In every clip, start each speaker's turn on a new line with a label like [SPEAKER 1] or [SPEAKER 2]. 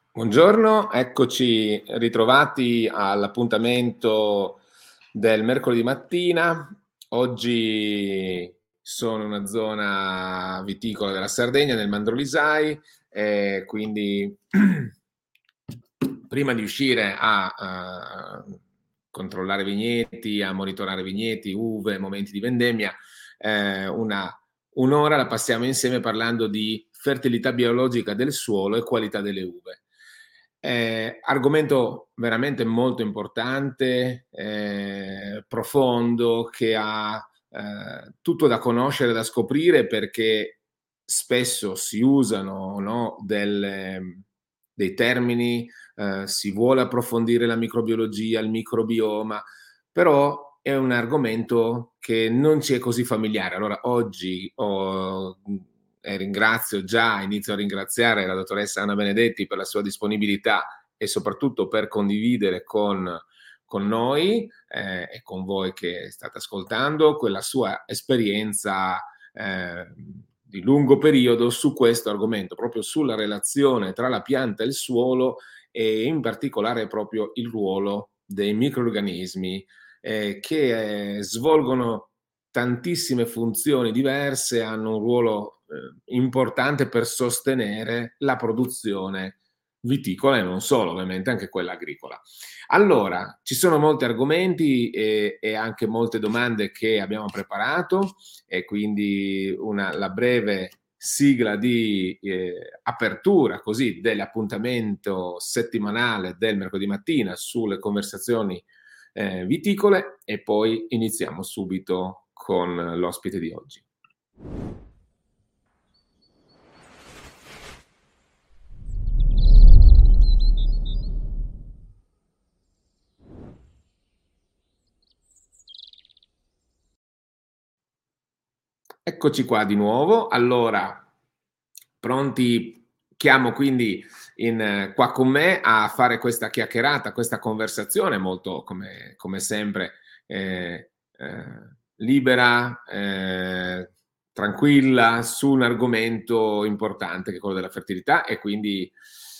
[SPEAKER 1] Buongiorno, eccoci ritrovati all'appuntamento del mercoledì mattina. Oggi sono in una zona viticola della Sardegna, nel Mandrolisai, e quindi prima di uscire a controllare vigneti, a monitorare vigneti, uve, momenti di vendemmia, un'ora la passiamo insieme parlando di fertilità biologica del suolo e qualità delle uve. Argomento veramente molto importante, profondo, che ha tutto da conoscere, da scoprire, perché spesso si usano, no, dei termini, si vuole approfondire la microbiologia, il microbioma, però è un argomento che non ci è così familiare. Allora oggi inizio a ringraziare la dottoressa Anna Benedetti per la sua disponibilità e soprattutto per condividere con noi e con voi che state ascoltando quella sua esperienza di lungo periodo su questo argomento, proprio sulla relazione tra la pianta e il suolo e in particolare proprio il ruolo dei microrganismi che svolgono tantissime funzioni diverse, hanno un ruolo importante per sostenere la produzione viticola e non solo, ovviamente anche quella agricola. Allora, ci sono molti argomenti e anche molte domande che abbiamo preparato e quindi la breve sigla di apertura così dell'appuntamento settimanale del mercoledì mattina sulle conversazioni viticole e poi iniziamo subito con l'ospite di oggi. Eccoci qua di nuovo. Allora, pronti? Chiamo quindi qua con me a fare questa chiacchierata, questa conversazione molto, come sempre, libera, tranquilla, su un argomento importante che è quello della fertilità. E quindi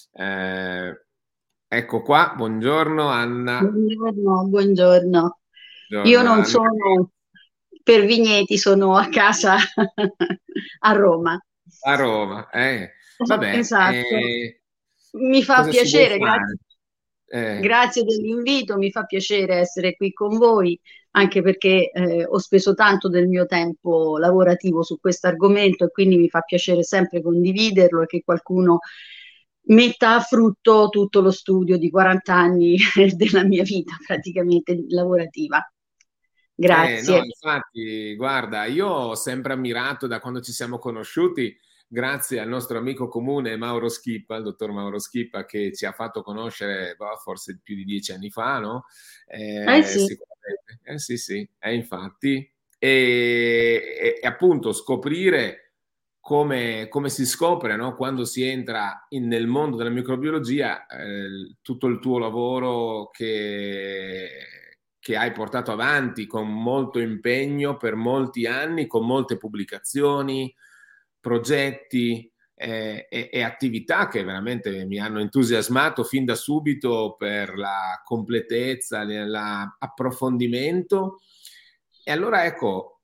[SPEAKER 1] ecco qua. Buongiorno Anna.
[SPEAKER 2] Buongiorno, buongiorno. Io
[SPEAKER 1] Buongiorno
[SPEAKER 2] non
[SPEAKER 1] Anna.
[SPEAKER 2] sono per vigneti, sono a casa a Roma.
[SPEAKER 1] A Roma, vabbè,
[SPEAKER 2] Esatto. Mi fa
[SPEAKER 1] cosa si vuol
[SPEAKER 2] piacere,
[SPEAKER 1] fare?
[SPEAKER 2] grazie dell'invito, mi fa piacere essere qui con voi, anche perché ho speso tanto del mio tempo lavorativo su questo argomento e quindi mi fa piacere sempre condividerlo e che qualcuno metta a frutto tutto lo studio di 40 anni della mia vita praticamente lavorativa.
[SPEAKER 1] No,
[SPEAKER 2] Grazie.
[SPEAKER 1] infatti, guarda, io ho sempre ammirato da quando ci siamo conosciuti, grazie al nostro amico comune Mauro Schippa, il dottor Mauro Schippa, che ci ha fatto conoscere forse più di 10 anni fa, no?
[SPEAKER 2] Eh sì,
[SPEAKER 1] Sicuramente. Sì, sì, infatti. E appunto scoprire come si scopre, no? Quando si entra nel mondo della microbiologia, tutto il tuo lavoro che hai portato avanti con molto impegno per molti anni, con molte pubblicazioni, progetti e attività che veramente mi hanno entusiasmato fin da subito per la completezza, l'approfondimento. E allora ecco,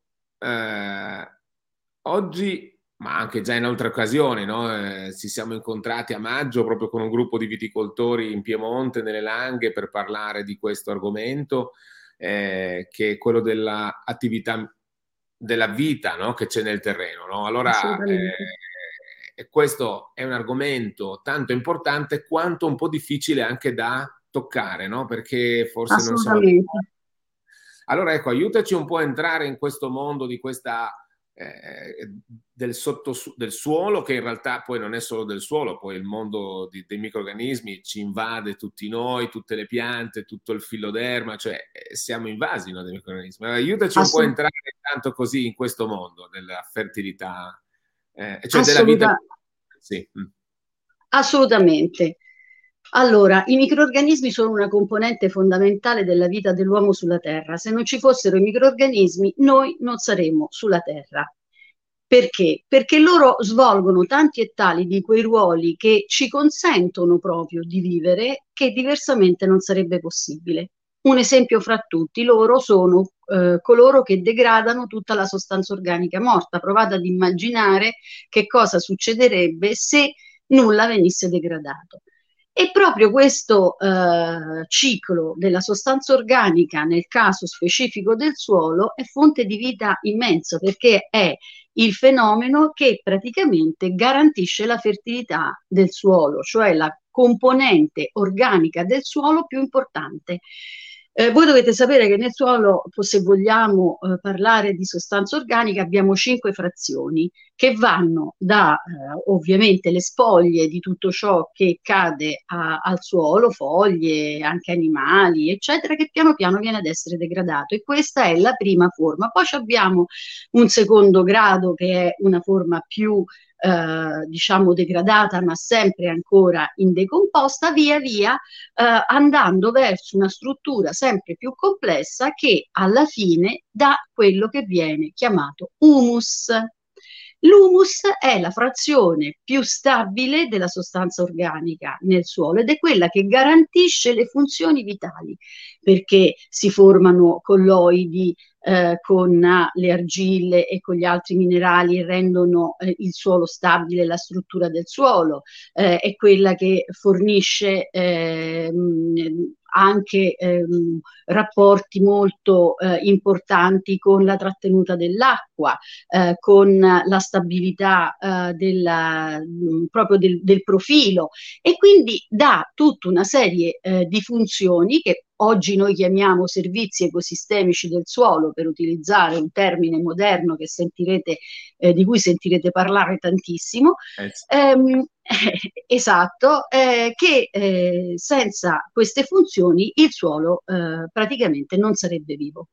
[SPEAKER 1] oggi, ma anche già in altre occasioni, no? Ci siamo incontrati a maggio proprio con un gruppo di viticoltori in Piemonte, nelle Langhe, per parlare di questo argomento, che è quello dell'attività della vita, no? Che c'è nel terreno, no? Allora,
[SPEAKER 2] assolutamente.
[SPEAKER 1] questo è un argomento tanto importante quanto un po' difficile anche da toccare, no? Perché forse non siamo
[SPEAKER 2] Assolutamente.
[SPEAKER 1] abituati. Allora, ecco, aiutaci un po' a entrare in questo mondo di del suolo, che in realtà poi non è solo del suolo, poi il mondo dei microrganismi ci invade tutti noi, tutte le piante, tutto il filoderma, cioè siamo invasi, no, dai microrganismi. Allora, aiutaci un po' a
[SPEAKER 2] Assolut-
[SPEAKER 1] entrare tanto così in questo mondo della fertilità, cioè della vita.
[SPEAKER 2] assoluta-
[SPEAKER 1] Sì.
[SPEAKER 2] Assolutamente. Allora, i microrganismi sono una componente fondamentale della vita dell'uomo sulla Terra. Se non ci fossero i microrganismi, noi non saremmo sulla Terra. Perché? Perché loro svolgono tanti e tali di quei ruoli che ci consentono proprio di vivere, che diversamente non sarebbe possibile. Un esempio fra tutti, loro sono coloro che degradano tutta la sostanza organica morta. Provate ad immaginare che cosa succederebbe se nulla venisse degradato. E proprio questo ciclo della sostanza organica, nel caso specifico del suolo, è fonte di vita immensa, perché è il fenomeno che praticamente garantisce la fertilità del suolo, cioè la componente organica del suolo più importante. Voi dovete sapere che nel suolo, se vogliamo parlare di sostanza organica, abbiamo 5 frazioni che vanno da ovviamente le spoglie di tutto ciò che cade al suolo, foglie, anche animali, eccetera, che piano piano viene ad essere degradato. E questa è la prima forma. Poi abbiamo un secondo grado che è una forma più diciamo degradata, ma sempre ancora in decomposta, via via andando verso una struttura sempre più complessa che alla fine dà quello che viene chiamato humus. L'humus è la frazione più stabile della sostanza organica nel suolo ed è quella che garantisce le funzioni vitali, perché si formano colloidi con le argille e con gli altri minerali e rendono il suolo stabile, la struttura del suolo, è quella che fornisce anche rapporti molto importanti con la trattenuta dell'acqua, con la stabilità proprio del profilo, e quindi dà tutta una serie di funzioni che oggi noi chiamiamo servizi ecosistemici del suolo, per utilizzare un termine moderno che sentirete, di cui sentirete parlare tantissimo.
[SPEAKER 1] Sì.
[SPEAKER 2] Esatto, che senza queste funzioni il suolo praticamente non sarebbe vivo.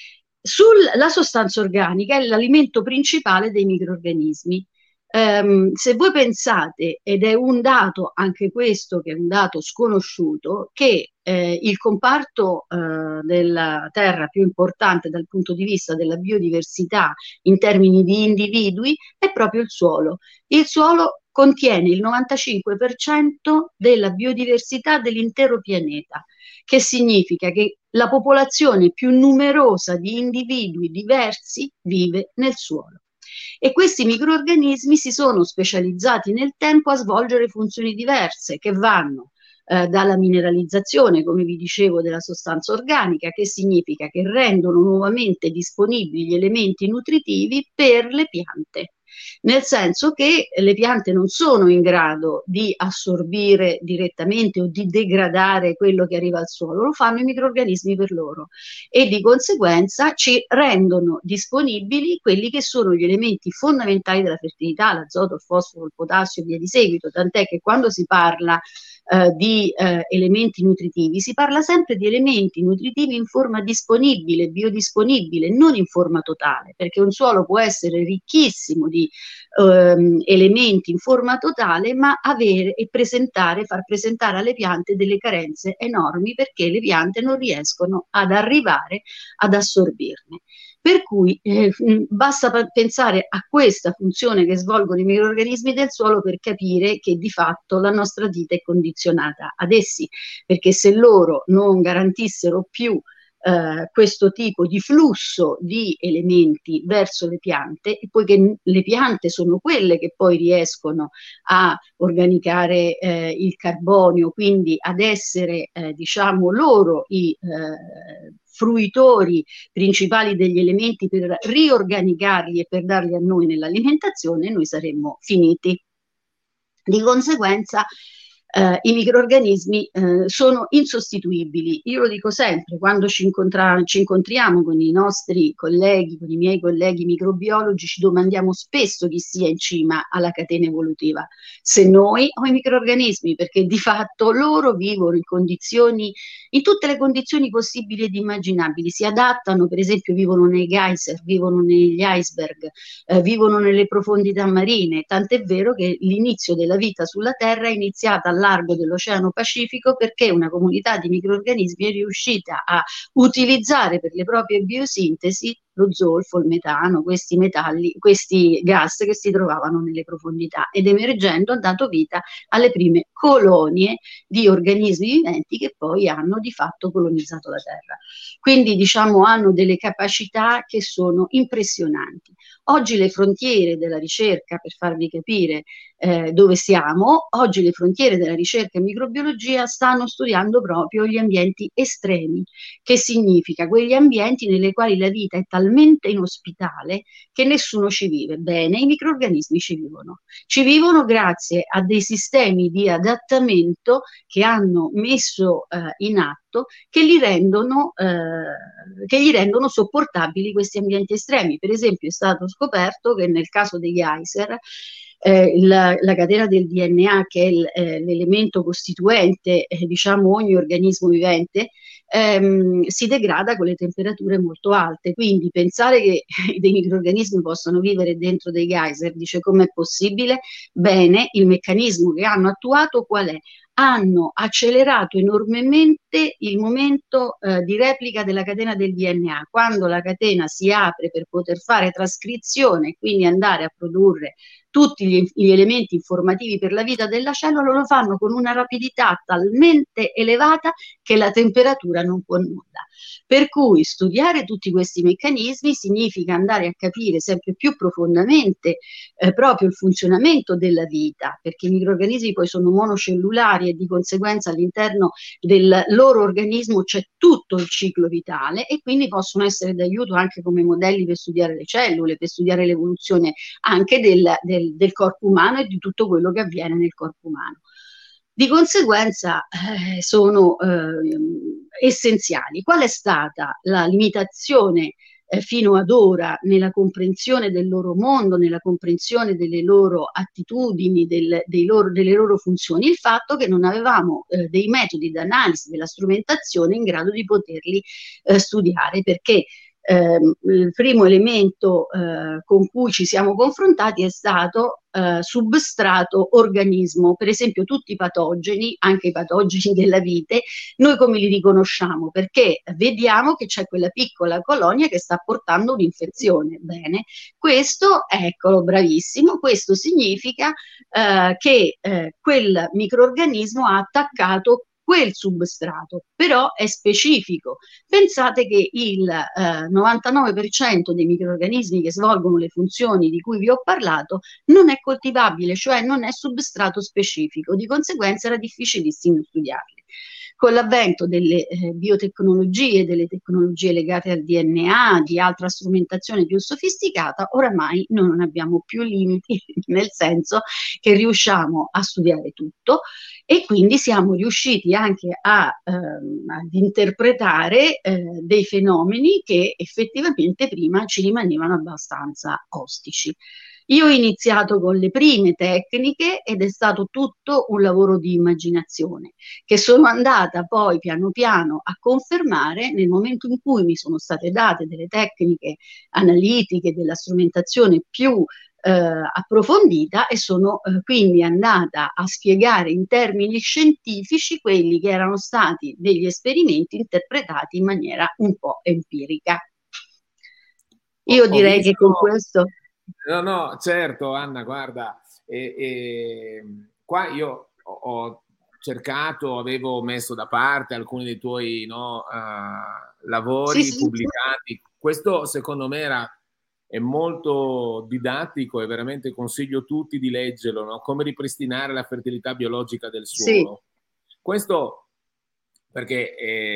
[SPEAKER 2] La sostanza organica è l'alimento principale dei microrganismi. Se voi pensate, ed è un dato, anche questo che è un dato sconosciuto, che il comparto della Terra più importante dal punto di vista della biodiversità in termini di individui è proprio il suolo. Il suolo contiene il 95% della biodiversità dell'intero pianeta, che significa che la popolazione più numerosa di individui diversi vive nel suolo. E questi microrganismi si sono specializzati nel tempo a svolgere funzioni diverse che vanno dalla mineralizzazione, come vi dicevo, della sostanza organica, che significa che rendono nuovamente disponibili gli elementi nutritivi per le piante. Nel senso che le piante non sono in grado di assorbire direttamente o di degradare quello che arriva al suolo, lo fanno i microrganismi per loro e di conseguenza ci rendono disponibili quelli che sono gli elementi fondamentali della fertilità, l'azoto, il fosforo, il potassio e via di seguito, tant'è che quando si parla di elementi nutritivi, si parla sempre di elementi nutritivi in forma disponibile, biodisponibile, non in forma totale, perché un suolo può essere ricchissimo di elementi in forma totale, ma avere e far presentare alle piante delle carenze enormi, perché le piante non riescono ad arrivare ad assorbirne. Per cui basta pensare a questa funzione che svolgono i microrganismi del suolo per capire che di fatto la nostra vita è condizionata ad essi, perché se loro non garantissero più questo tipo di flusso di elementi verso le piante, e poiché le piante sono quelle che poi riescono a organicare il carbonio, quindi ad essere diciamo loro i fruitori principali degli elementi per riorganicarli e per darli a noi nell'alimentazione, noi saremmo finiti. Di conseguenza i microrganismi sono insostituibili. Io lo dico sempre, quando ci incontriamo con i nostri colleghi, con i miei colleghi microbiologi, ci domandiamo spesso chi sia in cima alla catena evolutiva, se noi o i microrganismi, perché di fatto loro vivono in tutte le condizioni possibili ed immaginabili, si adattano, per esempio vivono nei geyser, vivono negli iceberg, vivono nelle profondità marine, tant'è vero che l'inizio della vita sulla Terra è iniziata al largo dell'Oceano Pacifico, perché una comunità di microrganismi è riuscita a utilizzare per le proprie biosintesi lo zolfo, il metano, questi metalli, questi gas che si trovavano nelle profondità, ed emergendo ha dato vita alle prime colonie di organismi viventi che poi hanno di fatto colonizzato la Terra. Quindi diciamo hanno delle capacità che sono impressionanti. Oggi le frontiere della ricerca, per farvi capire dove siamo, oggi le frontiere della ricerca in microbiologia stanno studiando proprio gli ambienti estremi, che significa quegli ambienti nei quali la vita è talmente inospitale che nessuno ci vive. Bene, i microrganismi ci vivono grazie a dei sistemi di adattamento che hanno messo in atto che gli rendono sopportabili questi ambienti estremi. Per esempio, è stato scoperto che nel caso degli geyser la catena del DNA, che è l'elemento costituente, diciamo, ogni organismo vivente, si degrada con le temperature molto alte. Quindi pensare che dei microrganismi possano vivere dentro dei geyser, dice com'è possibile? Bene, il meccanismo che hanno attuato qual è? Hanno accelerato enormemente il momento di replica della catena del DNA. Quando la catena si apre per poter fare trascrizione e quindi andare a produrre tutti gli elementi informativi per la vita della cellula, lo fanno con una rapidità talmente elevata che la temperatura non può nulla. Per cui studiare tutti questi meccanismi significa andare a capire sempre più profondamente proprio il funzionamento della vita, perché i microrganismi poi sono monocellulari e di conseguenza all'interno del loro organismo c'è tutto il ciclo vitale, e quindi possono essere d'aiuto anche come modelli per studiare le cellule, per studiare l'evoluzione anche del corpo umano e di tutto quello che avviene nel corpo umano. Di conseguenza sono essenziali. Qual è stata la limitazione fino ad ora nella comprensione del loro mondo, nella comprensione delle loro attitudini, delle loro funzioni? Il fatto che non avevamo dei metodi di analisi della strumentazione in grado di poterli studiare, perché il primo elemento con cui ci siamo confrontati è stato substrato organismo. Per esempio tutti i patogeni, anche i patogeni della vite, noi come li riconosciamo? Perché vediamo che c'è quella piccola colonia che sta portando un'infezione. Bene, questo, eccolo, bravissimo, questo significa che quel microrganismo ha attaccato quel substrato, però è specifico. Pensate che il 99% dei microrganismi che svolgono le funzioni di cui vi ho parlato non è coltivabile, cioè non è substrato specifico, di conseguenza era difficilissimo studiarli. Con l'avvento delle biotecnologie, delle tecnologie legate al DNA, di altra strumentazione più sofisticata, oramai noi non abbiamo più limiti, nel senso che riusciamo a studiare tutto, e quindi siamo riusciti anche ad interpretare dei fenomeni che effettivamente prima ci rimanevano abbastanza ostici. Io ho iniziato con le prime tecniche ed è stato tutto un lavoro di immaginazione che sono andata poi piano piano a confermare nel momento in cui mi sono state date delle tecniche analitiche, della strumentazione più approfondita, e sono quindi andata a spiegare in termini scientifici quelli che erano stati degli esperimenti interpretati in maniera un po' empirica. Io direi
[SPEAKER 1] visto...
[SPEAKER 2] che con questo...
[SPEAKER 1] No, certo, Anna, guarda, qua io ho cercato, avevo messo da parte alcuni dei tuoi
[SPEAKER 2] Sì,
[SPEAKER 1] lavori
[SPEAKER 2] sì,
[SPEAKER 1] pubblicati. Questo secondo me è molto didattico e veramente consiglio tutti di leggerlo, no? Come ripristinare la fertilità biologica del
[SPEAKER 2] sì,
[SPEAKER 1] suolo. Questo perché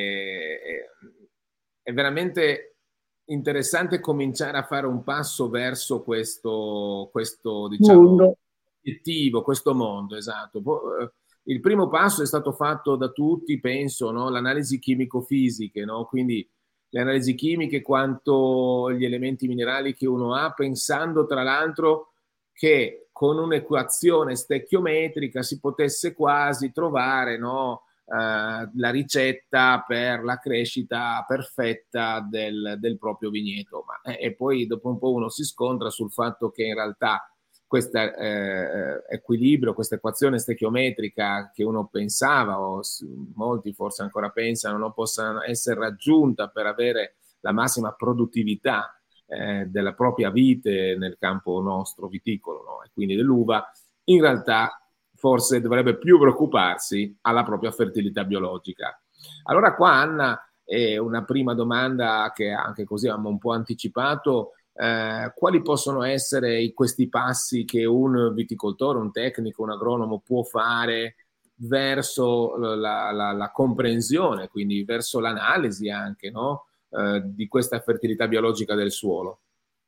[SPEAKER 1] è veramente interessante cominciare a fare un passo verso questo diciamo,
[SPEAKER 2] mondo.
[SPEAKER 1] obiettivo, questo mondo, esatto. Il primo passo è stato fatto da tutti, penso, no? L'analisi chimico-fisiche, no? Quindi le analisi chimiche quanto gli elementi minerali che uno ha, pensando tra l'altro che con un'equazione stechiometrica si potesse quasi trovare, no? La ricetta per la crescita perfetta del proprio vigneto. E poi dopo un po' uno si scontra sul fatto che in realtà questo equilibrio, questa equazione stechiometrica che uno pensava, o molti forse ancora pensano, non possa essere raggiunta per avere la massima produttività della propria vite nel campo nostro viticolo, no? E quindi dell'uva, in realtà forse dovrebbe più preoccuparsi alla propria fertilità biologica. Allora qua, Anna, una prima domanda che anche così abbiamo un po' anticipato: quali possono essere questi passi che un viticoltore, un tecnico, un agronomo può fare verso la comprensione, quindi verso l'analisi anche, no? Di questa fertilità biologica del suolo?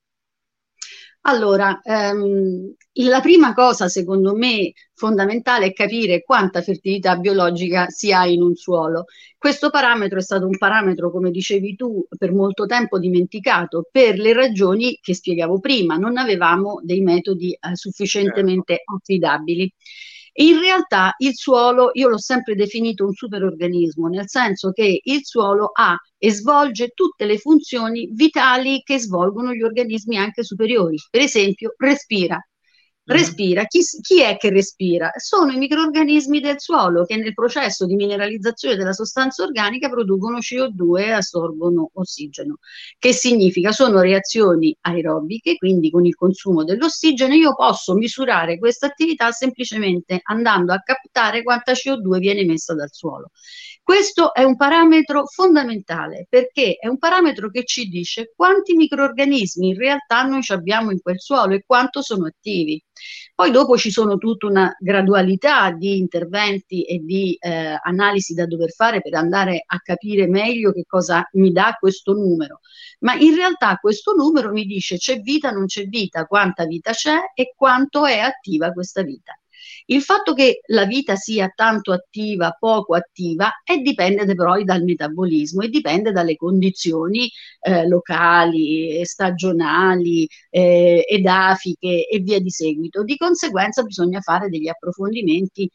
[SPEAKER 2] Allora, la prima cosa secondo me fondamentale è capire quanta fertilità biologica si ha in un suolo. Questo parametro è stato un parametro, come dicevi tu, per molto tempo dimenticato per le ragioni che spiegavo prima. Non avevamo dei metodi
[SPEAKER 1] Certo.
[SPEAKER 2] sufficientemente affidabili. In realtà il suolo, io l'ho sempre definito un superorganismo, nel senso che il suolo ha e svolge tutte le funzioni vitali che svolgono gli organismi anche superiori. Per esempio, respira.
[SPEAKER 1] Mhm.
[SPEAKER 2] Respira. Chi è che respira? Sono i microrganismi del suolo che nel processo di mineralizzazione della sostanza organica producono CO2 e assorbono ossigeno. Che significa? Sono reazioni aerobiche, quindi con il consumo dell'ossigeno io posso misurare questa attività semplicemente andando a captare quanta CO2 viene emessa dal suolo. Questo è un parametro fondamentale perché è un parametro che ci dice quanti microrganismi in realtà noi abbiamo in quel suolo e quanto sono attivi. Poi dopo ci sono tutta una gradualità di interventi e di analisi da dover fare per andare a capire meglio che cosa mi dà questo numero. Ma in realtà questo numero mi dice c'è vita, non c'è vita, quanta vita c'è e quanto è attiva questa vita. Il fatto che la vita sia tanto attiva, poco attiva, dipende poi dal metabolismo e dipende dalle condizioni locali, stagionali, edafiche e via di seguito. Di conseguenza bisogna fare degli approfondimenti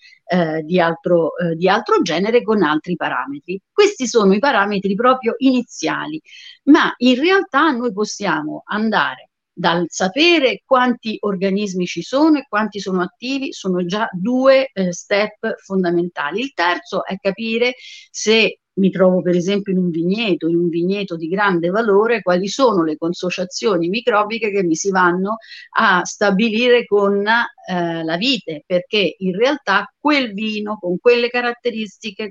[SPEAKER 2] di altro genere con altri parametri. Questi sono i parametri proprio iniziali, ma in realtà noi possiamo andare dal sapere quanti organismi ci sono e quanti sono attivi, sono già due step fondamentali. Il terzo è capire se mi trovo per esempio in un vigneto di grande valore, quali sono le consociazioni microbiche che mi si vanno a stabilire con la vite, perché in realtà quel vino con quelle caratteristiche,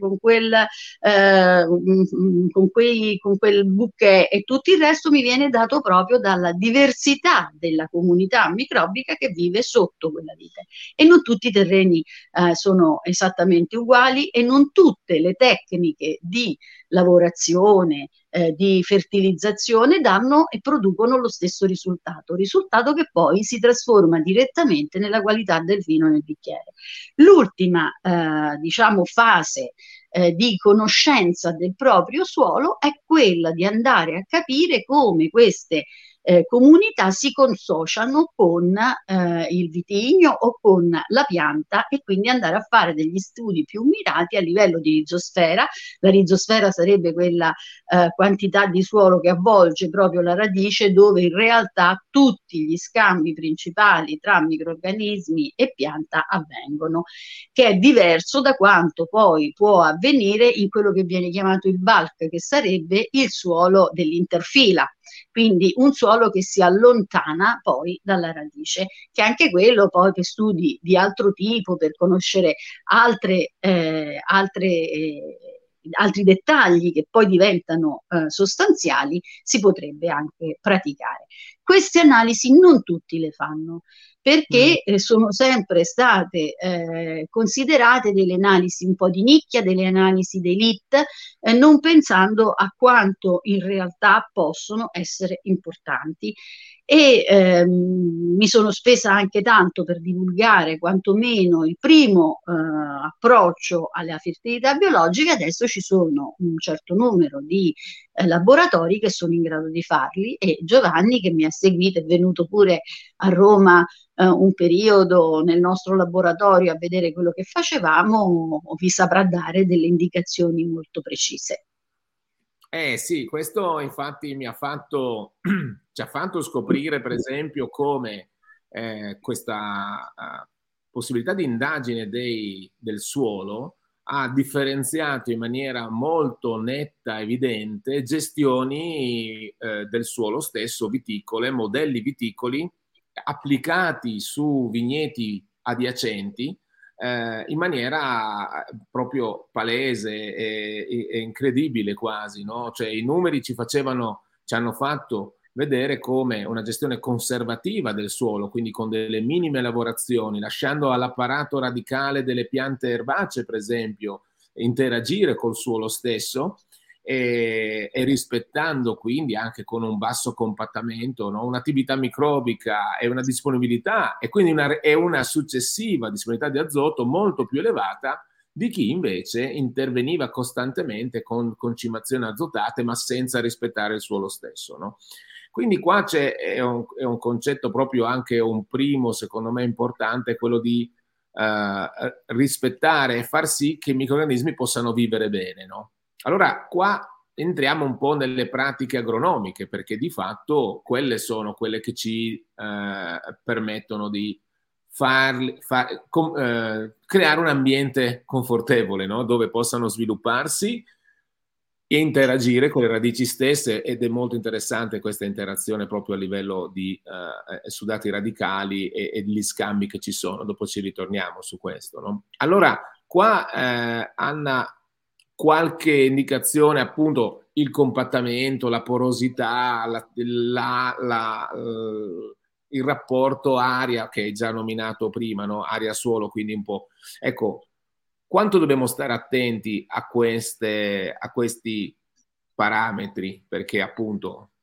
[SPEAKER 2] con quel bouquet e tutto il resto mi viene dato proprio dalla diversità della comunità microbica che vive sotto quella vite. E non tutti i terreni sono esattamente uguali e non tutte le tecniche di lavorazione, di fertilizzazione danno e producono lo stesso risultato che poi si trasforma direttamente nella qualità del vino nel bicchiere. L'ultima, diciamo, fase di conoscenza del proprio suolo è quella di andare a capire come queste comunità si consociano con il vitigno o con la pianta e quindi andare a fare degli studi più mirati a livello di rizosfera. La rizosfera sarebbe quella quantità di suolo che avvolge proprio la radice, dove in realtà tutti gli scambi principali tra microrganismi e pianta avvengono, che è diverso da quanto poi può avvenire in quello che viene chiamato il bulk, che sarebbe il suolo dell'interfila, quindi un suolo che si allontana poi dalla radice, che anche quello poi per studi di altro tipo, per conoscere altri dettagli che poi diventano sostanziali, si potrebbe anche praticare. Queste analisi non tutti le fanno,
[SPEAKER 1] Mm.
[SPEAKER 2] perché sono sempre state considerate delle analisi un po' di nicchia, delle analisi d'élite, non pensando a quanto in realtà possono essere importanti. E mi sono spesa anche tanto per divulgare quantomeno il primo approccio alla fertilità biologica. Adesso ci sono un certo numero di laboratori che sono in grado di farli, e Giovanni, che mi ha seguito, è venuto pure a Roma un periodo nel nostro laboratorio a vedere quello che facevamo, vi saprà dare delle indicazioni molto precise.
[SPEAKER 1] Sì, questo infatti ci ha fatto scoprire, per esempio, come questa possibilità di indagine del suolo ha differenziato in maniera molto netta, evidente, gestioni del suolo stesso, viticole, modelli viticoli applicati su vigneti adiacenti in maniera proprio palese e incredibile quasi, no? Cioè i numeri ci hanno fatto vedere come una gestione conservativa del suolo, quindi con delle minime lavorazioni, lasciando all'apparato radicale delle piante erbacee, per esempio, interagire col suolo stesso e rispettando quindi anche con un basso compattamento, no? Un'attività microbica e una disponibilità e quindi una successiva disponibilità di azoto molto più elevata di chi invece interveniva costantemente con concimazioni azotate ma senza rispettare il suolo stesso, no? Quindi qua è un concetto proprio anche un primo, secondo me, importante, quello di rispettare e far sì che i microrganismi possano vivere bene, no? Allora qua entriamo un po' nelle pratiche agronomiche, perché di fatto quelle sono quelle che ci permettono di creare un ambiente confortevole, no? Dove possano svilupparsi e interagire con le radici stesse, ed è molto interessante questa interazione proprio a livello di sudati radicali e gli scambi che ci sono. Dopo ci ritorniamo su questo, no? Allora, qua Anna, qualche indicazione, appunto, il compattamento, la porosità, il rapporto aria che hai già nominato prima, no? Aria-suolo, quindi un po'. Ecco, quanto dobbiamo stare attenti a questi parametri, perché appunto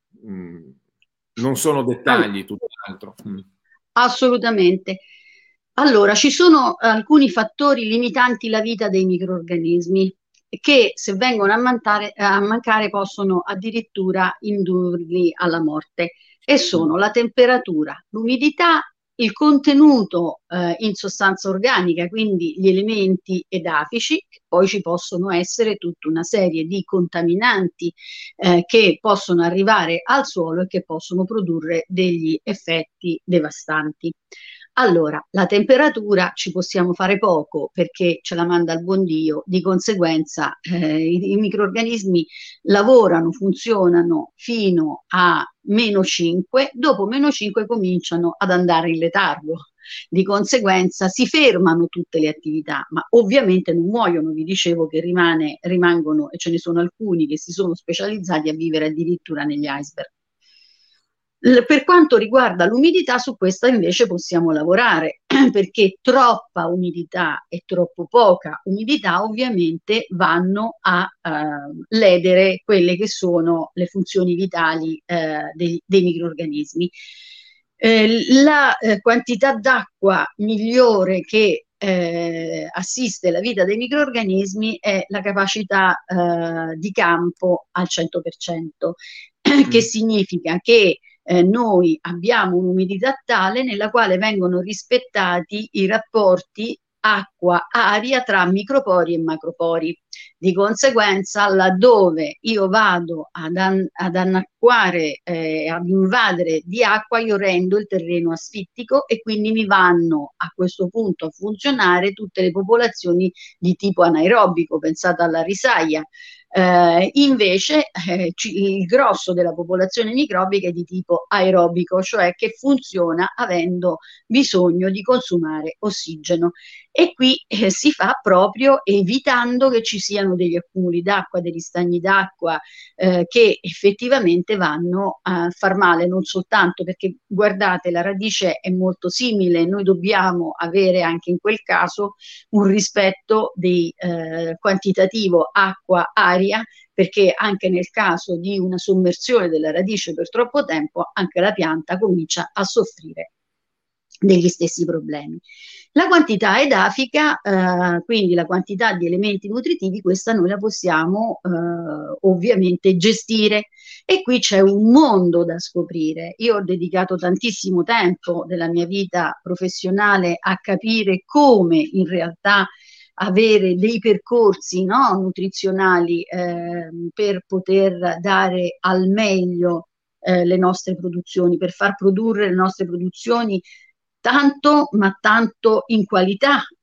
[SPEAKER 1] non sono dettagli, tutt'altro.
[SPEAKER 2] Assolutamente. Allora, ci sono alcuni fattori limitanti la vita dei microrganismi che, se vengono a mancare, possono addirittura indurli alla morte, e sono la temperatura, l'umidità, il contenuto in sostanza organica, quindi gli elementi edafici. Poi ci possono essere tutta una serie di contaminanti che possono arrivare al suolo e che possono produrre degli effetti devastanti. Allora, la temperatura ci possiamo fare poco perché ce la manda il buon Dio, di conseguenza i microrganismi lavorano, funzionano fino a -5, dopo -5 cominciano ad andare in letargo. Di conseguenza si fermano tutte le attività, ma ovviamente non muoiono. Vi dicevo che rimangono, e ce ne sono alcuni che si sono specializzati a vivere addirittura negli iceberg. Per quanto riguarda l'umidità, su questa invece possiamo lavorare, perché troppa umidità e troppo poca umidità ovviamente vanno a ledere quelle che sono le funzioni vitali dei microrganismi. La quantità d'acqua migliore che assiste la vita dei microrganismi è la capacità di campo al 100%, che significa che noi abbiamo un'umidità tale nella quale vengono rispettati i rapporti acqua-aria tra micropori e macropori. Di conseguenza, laddove io vado ad annacquare, ad invadere di acqua, io rendo il terreno asfittico e quindi mi vanno a questo punto a funzionare tutte le popolazioni di tipo anaerobico. Pensate alla risaia. Invece il grosso della popolazione microbica è di tipo aerobico, cioè che funziona avendo bisogno di consumare ossigeno, e qui si fa proprio evitando che ci siano degli accumuli d'acqua, degli stagni d'acqua che effettivamente vanno a far male, non soltanto perché, guardate, la radice è molto simile, noi dobbiamo avere anche in quel caso un rispetto di quantitativo acqua-aria, perché anche nel caso di una sommersione della radice per troppo tempo, anche la pianta comincia a soffrire degli stessi problemi. La quantità edafica, quindi la quantità di elementi nutritivi, questa noi la possiamo ovviamente gestire, e qui c'è un mondo da scoprire. Io ho dedicato tantissimo tempo della mia vita professionale a capire come in realtà avere dei percorsi, no, nutrizionali per poter dare al meglio le nostre produzioni, per far produrre le nostre produzioni tanto, ma tanto in qualità,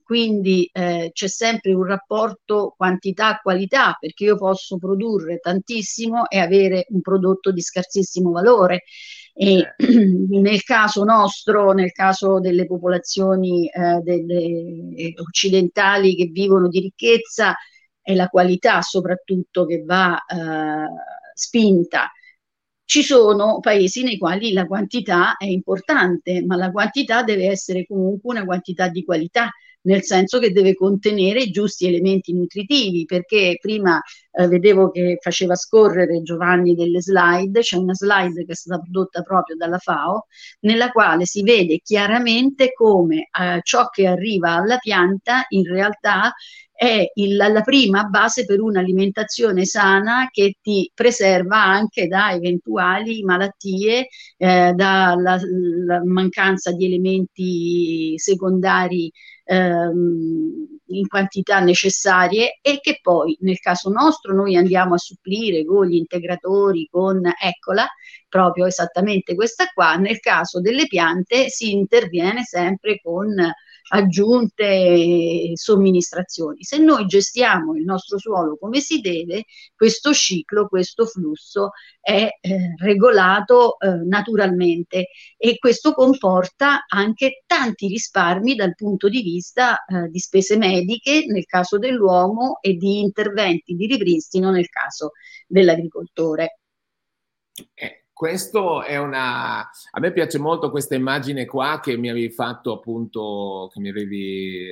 [SPEAKER 2] quindi c'è sempre un rapporto quantità-qualità, perché io posso produrre tantissimo e avere un prodotto di scarsissimo valore. E nel caso nostro, nel caso delle popolazioni occidentali che vivono di ricchezza, è la qualità soprattutto che va spinta. Ci sono paesi nei quali la quantità è importante, ma la quantità deve essere comunque una quantità di qualità, nel senso che deve contenere i giusti elementi nutritivi, perché prima vedevo che faceva scorrere Giovanni delle slide, c'è una slide che è stata prodotta proprio dalla FAO, nella quale si vede chiaramente come ciò che arriva alla pianta in realtà è la prima base per un'alimentazione sana che ti preserva anche da eventuali malattie, dalla mancanza di elementi secondari in quantità necessarie, e che poi nel caso nostro noi andiamo a supplire con gli integratori, con eccola, proprio esattamente questa qua. Nel caso delle piante si interviene sempre con aggiunte e somministrazioni. Se noi gestiamo il nostro suolo come si deve, questo ciclo, questo flusso è regolato naturalmente, e questo comporta anche tanti risparmi dal punto di vista di spese mediche nel caso dell'uomo e di interventi di ripristino nel caso dell'agricoltore.
[SPEAKER 1] Questo è a me piace molto questa immagine qua che mi avevi fatto appunto, che mi avevi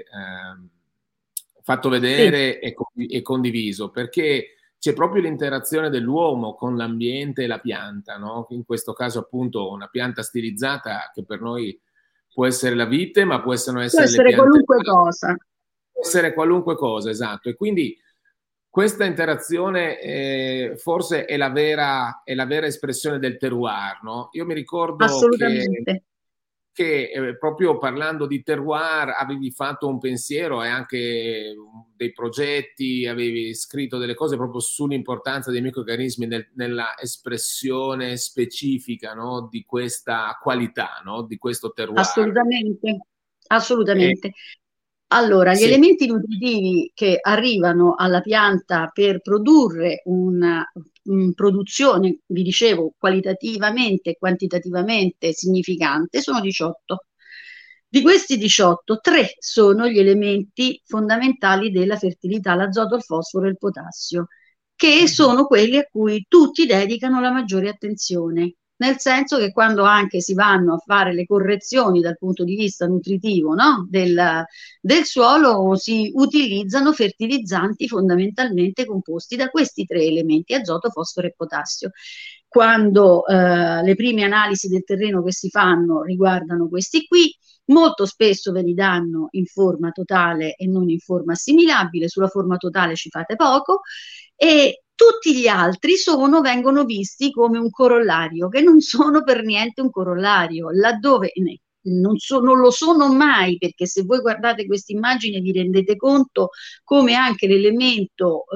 [SPEAKER 1] fatto vedere e condiviso, perché c'è proprio l'interazione dell'uomo con l'ambiente e la pianta, no? In questo caso appunto una pianta stilizzata che per noi può essere la vite, ma possono essere le piante.
[SPEAKER 2] Qualunque cosa.
[SPEAKER 1] Può essere qualunque cosa, esatto. E quindi questa interazione forse è la vera espressione del terroir, no? Io mi ricordo
[SPEAKER 2] Assolutamente.
[SPEAKER 1] che proprio parlando di terroir avevi fatto un pensiero e anche dei progetti, avevi scritto delle cose proprio sull'importanza dei microrganismi nella espressione specifica, no? Di questa qualità, no? Di questo terroir.
[SPEAKER 2] Assolutamente, assolutamente. Allora, gli
[SPEAKER 1] sì.
[SPEAKER 2] elementi nutritivi che arrivano alla pianta per produrre una produzione, vi dicevo, qualitativamente e quantitativamente significante, sono 18. Di questi 18, 3 sono gli elementi fondamentali della fertilità, l'azoto, il fosforo e il potassio, che sono quelli a cui tutti dedicano la maggiore attenzione. Nel senso che quando anche si vanno a fare le correzioni dal punto di vista nutritivo, no? del suolo, si utilizzano fertilizzanti fondamentalmente composti da questi 3 elementi, azoto, fosforo e potassio. Quando le prime analisi del terreno che si fanno riguardano questi qui, molto spesso ve li danno in forma totale e non in forma assimilabile. Sulla forma totale ci fate poco, e tutti gli altri vengono visti come un corollario, che non sono per niente un corollario, laddove non lo sono mai, perché se voi guardate questa immagine vi rendete conto come anche l'elemento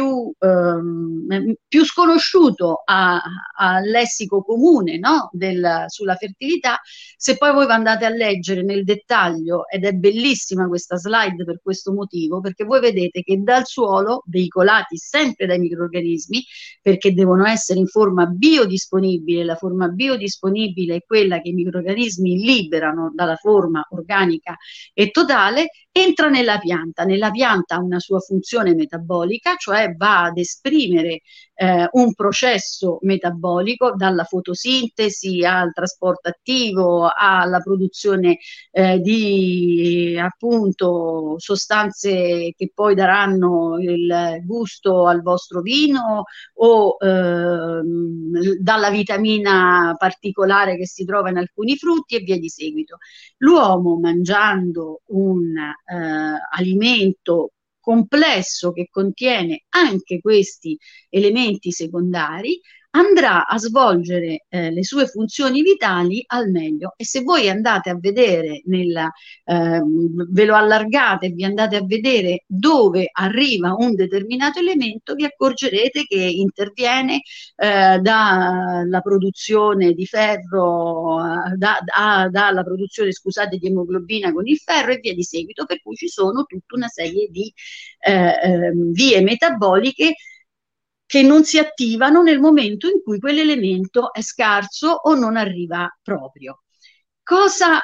[SPEAKER 2] più sconosciuto al lessico comune, no? Sulla fertilità, se poi voi andate a leggere nel dettaglio, ed è bellissima questa slide per questo motivo, perché voi vedete che dal suolo, veicolati sempre dai microrganismi, perché devono essere in forma biodisponibile, la forma biodisponibile è quella che i microrganismi liberano dalla forma organica e totale, entra nella pianta. Nella pianta ha una sua funzione metabolica, cioè va ad esprimere un processo metabolico, dalla fotosintesi al trasporto attivo alla produzione di appunto sostanze che poi daranno il gusto al vostro vino, o dalla vitamina particolare che si trova in alcuni frutti e via di seguito. L'uomo, mangiando un alimento complesso che contiene anche questi elementi secondari, andrà a svolgere le sue funzioni vitali al meglio. E se voi andate a vedere, ve lo allargate e vi andate a vedere dove arriva un determinato elemento, vi accorgerete che interviene dalla produzione di ferro, dalla produzione, scusate, di emoglobina con il ferro e via di seguito, per cui ci sono tutta una serie di vie metaboliche che non si attivano nel momento in cui quell'elemento è scarso o non arriva proprio. Cosa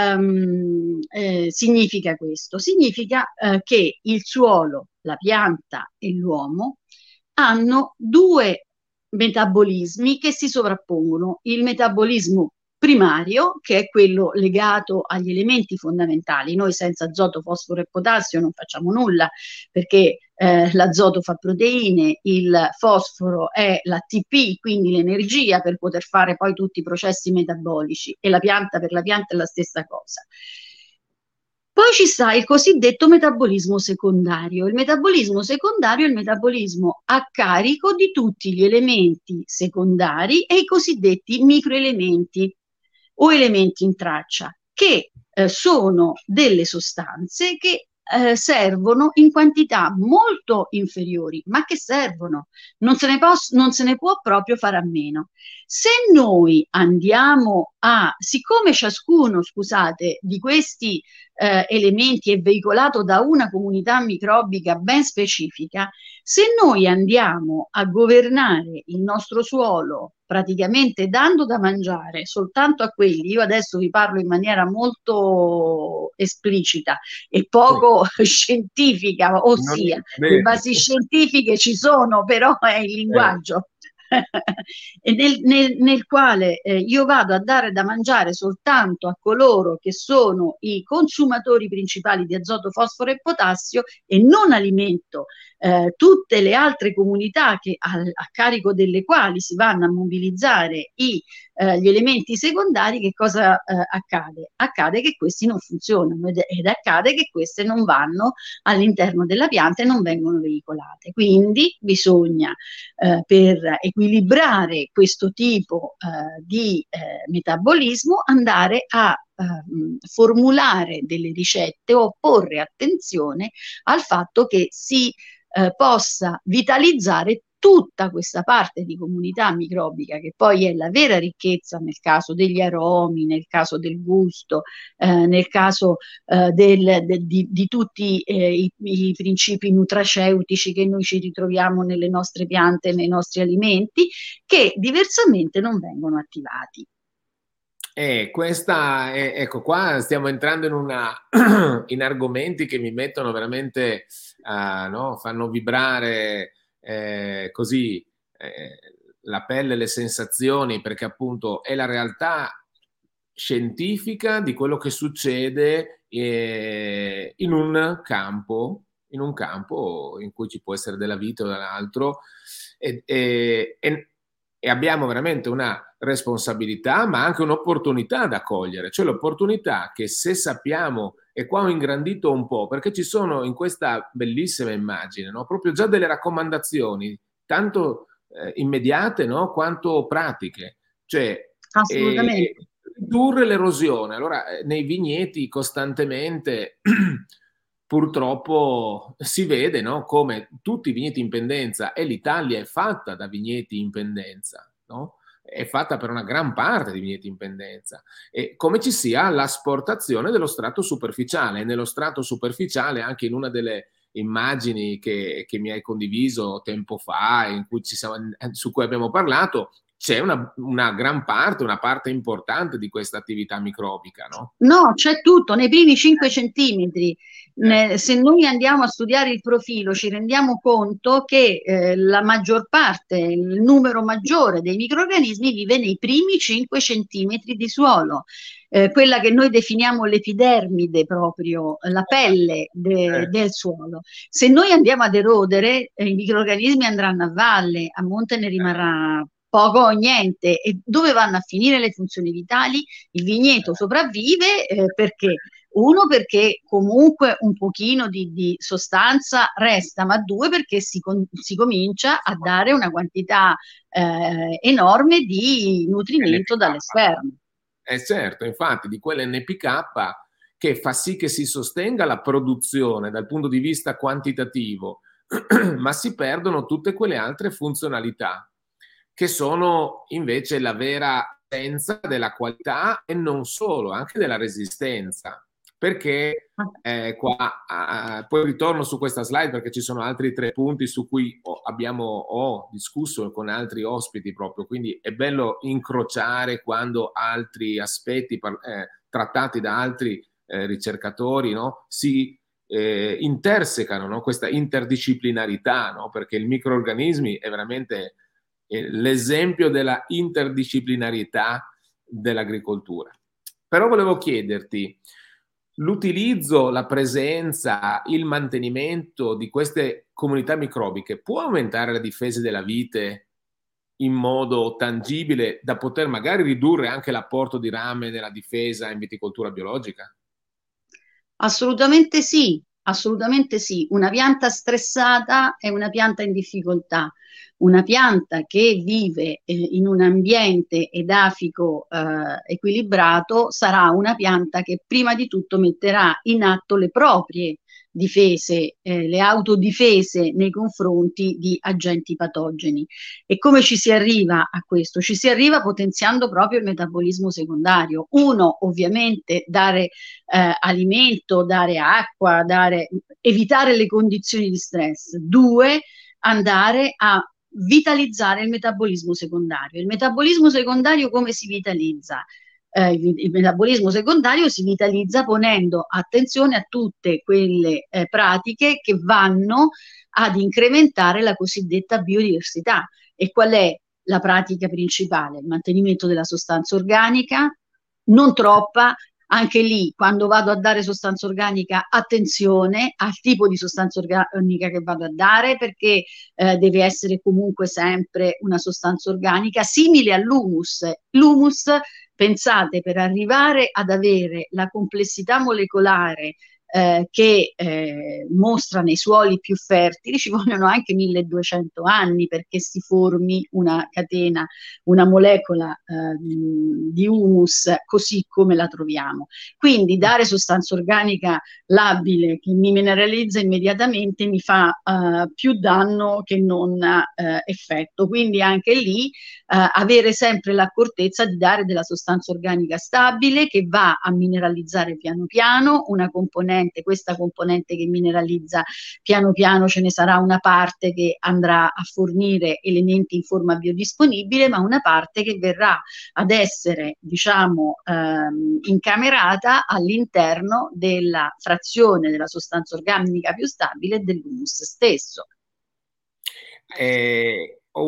[SPEAKER 2] significa questo? Significa che il suolo, la pianta e l'uomo hanno due metabolismi che si sovrappongono. Il metabolismo primario, che è quello legato agli elementi fondamentali. Noi senza azoto, fosforo e potassio non facciamo nulla, perché l'azoto fa proteine, il fosforo è l'ATP, quindi l'energia per poter fare poi tutti i processi metabolici, e la pianta, per la pianta è la stessa cosa. Poi ci sta il cosiddetto metabolismo secondario. Il metabolismo secondario è il metabolismo a carico di tutti gli elementi secondari e i cosiddetti microelementi o elementi in traccia, che sono delle sostanze che servono in quantità molto inferiori, ma che servono, non se ne può proprio fare a meno. Se noi andiamo siccome ciascuno, scusate, di questi elementi è veicolato da una comunità microbica ben specifica, se noi andiamo a governare il nostro suolo praticamente dando da mangiare soltanto a quelli, io adesso vi parlo in maniera molto esplicita e poco scientifica, ossia le basi scientifiche ci sono, però è il linguaggio. nel quale io vado a dare da mangiare soltanto a coloro che sono i consumatori principali di azoto, fosforo e potassio, e non alimento tutte le altre comunità a carico delle quali si vanno a mobilizzare gli elementi secondari, che cosa accade? Accade che questi non funzionano ed accade che queste non vanno all'interno della pianta e non vengono veicolate. Quindi bisogna per equilibrare questo tipo di metabolismo andare a formulare delle ricette o porre attenzione al fatto che si possa vitalizzare tutta questa parte di comunità microbica, che poi è la vera ricchezza nel caso degli aromi, nel caso del gusto, nel caso di tutti i principi nutraceutici che noi ci ritroviamo nelle nostre piante e nei nostri alimenti, che diversamente non vengono attivati.
[SPEAKER 1] Ecco, qua stiamo entrando in argomenti che mi mettono veramente, no? Fanno vibrare così la pelle, le sensazioni, perché appunto è la realtà scientifica di quello che succede in un campo in cui ci può essere della vita o dell'altro, e abbiamo veramente una responsabilità, ma anche un'opportunità da cogliere, cioè l'opportunità che, se sappiamo, e qua ho ingrandito un po', perché ci sono in questa bellissima immagine, no? Proprio già delle raccomandazioni, tanto immediate, no? Quanto pratiche, cioè
[SPEAKER 2] assolutamente
[SPEAKER 1] ridurre l'erosione. Allora, nei vigneti costantemente purtroppo si vede, no? Come tutti i vigneti in pendenza, e l'Italia è fatta da vigneti in pendenza, no? È fatta per una gran parte di vigneti in pendenza, e come ci sia l'asportazione dello strato superficiale. E nello strato superficiale, anche in una delle immagini che mi hai condiviso tempo fa, su cui abbiamo parlato, c'è una gran parte, una parte importante di questa attività microbica, no?
[SPEAKER 2] No, c'è tutto, nei primi 5 centimetri. Se noi andiamo a studiare il profilo, ci rendiamo conto che la maggior parte, il numero maggiore dei microrganismi vive nei primi 5 centimetri di suolo. Quella che noi definiamo l'epidermide, proprio la pelle del suolo. Se noi andiamo ad erodere, i microrganismi andranno a valle, a monte ne rimarrà poco o niente. E dove vanno a finire le funzioni vitali? Il vigneto sopravvive perché Uno, perché comunque un pochino di sostanza resta, ma due, perché si comincia a dare una quantità enorme di nutrimento
[SPEAKER 1] NPK.
[SPEAKER 2] dall'esterno.
[SPEAKER 1] Certo, infatti, di quell'NPK che fa sì che si sostenga la produzione dal punto di vista quantitativo, ma si perdono tutte quelle altre funzionalità che sono invece la vera essenza della qualità e non solo, anche della resistenza. Perché qua, poi ritorno su questa slide perché ci sono altri 3 punti su cui ho discusso con altri ospiti proprio, quindi è bello incrociare quando altri aspetti trattati da altri ricercatori, no, si intersecano, no, questa interdisciplinarità, no, perché il microorganismi è veramente l'esempio della interdisciplinarietà dell'agricoltura. Però volevo chiederti, l'utilizzo, la presenza, il mantenimento di queste comunità microbiche può aumentare la difesa della vite in modo tangibile da poter magari ridurre anche l'apporto di rame nella difesa in viticoltura biologica?
[SPEAKER 2] Assolutamente sì, assolutamente sì. Una pianta stressata è una pianta in difficoltà. Una pianta che vive in un ambiente edafico equilibrato sarà una pianta che prima di tutto metterà in atto le proprie difese, le autodifese nei confronti di agenti patogeni. E come ci si arriva a questo? Ci si arriva potenziando proprio il metabolismo secondario. Uno, ovviamente, dare alimento, dare acqua, evitare le condizioni di stress. Due, andare a vitalizzare il metabolismo secondario. Il metabolismo secondario come si vitalizza? Il metabolismo secondario si vitalizza ponendo attenzione a tutte quelle pratiche che vanno ad incrementare la cosiddetta biodiversità. E qual è la pratica principale? Il mantenimento della sostanza organica, non troppa. Anche lì, quando vado a dare sostanza organica, attenzione al tipo di sostanza organica che vado a dare, perché deve essere comunque sempre una sostanza organica simile all'humus. L'humus, pensate, per arrivare ad avere la complessità molecolare che mostra nei suoli più fertili, ci vogliono anche 1200 anni perché si formi una catena, una molecola di humus così come la troviamo. Quindi dare sostanza organica labile che mi mineralizza immediatamente mi fa più danno che non effetto. Quindi anche lì avere sempre l'accortezza di dare della sostanza organica stabile che va a mineralizzare piano piano una componente, questa componente che mineralizza piano piano ce ne sarà una parte che andrà a fornire elementi in forma biodisponibile, ma una parte che verrà ad essere, diciamo, incamerata all'interno della frazione della sostanza organica più stabile dell'humus stesso.
[SPEAKER 1] Ho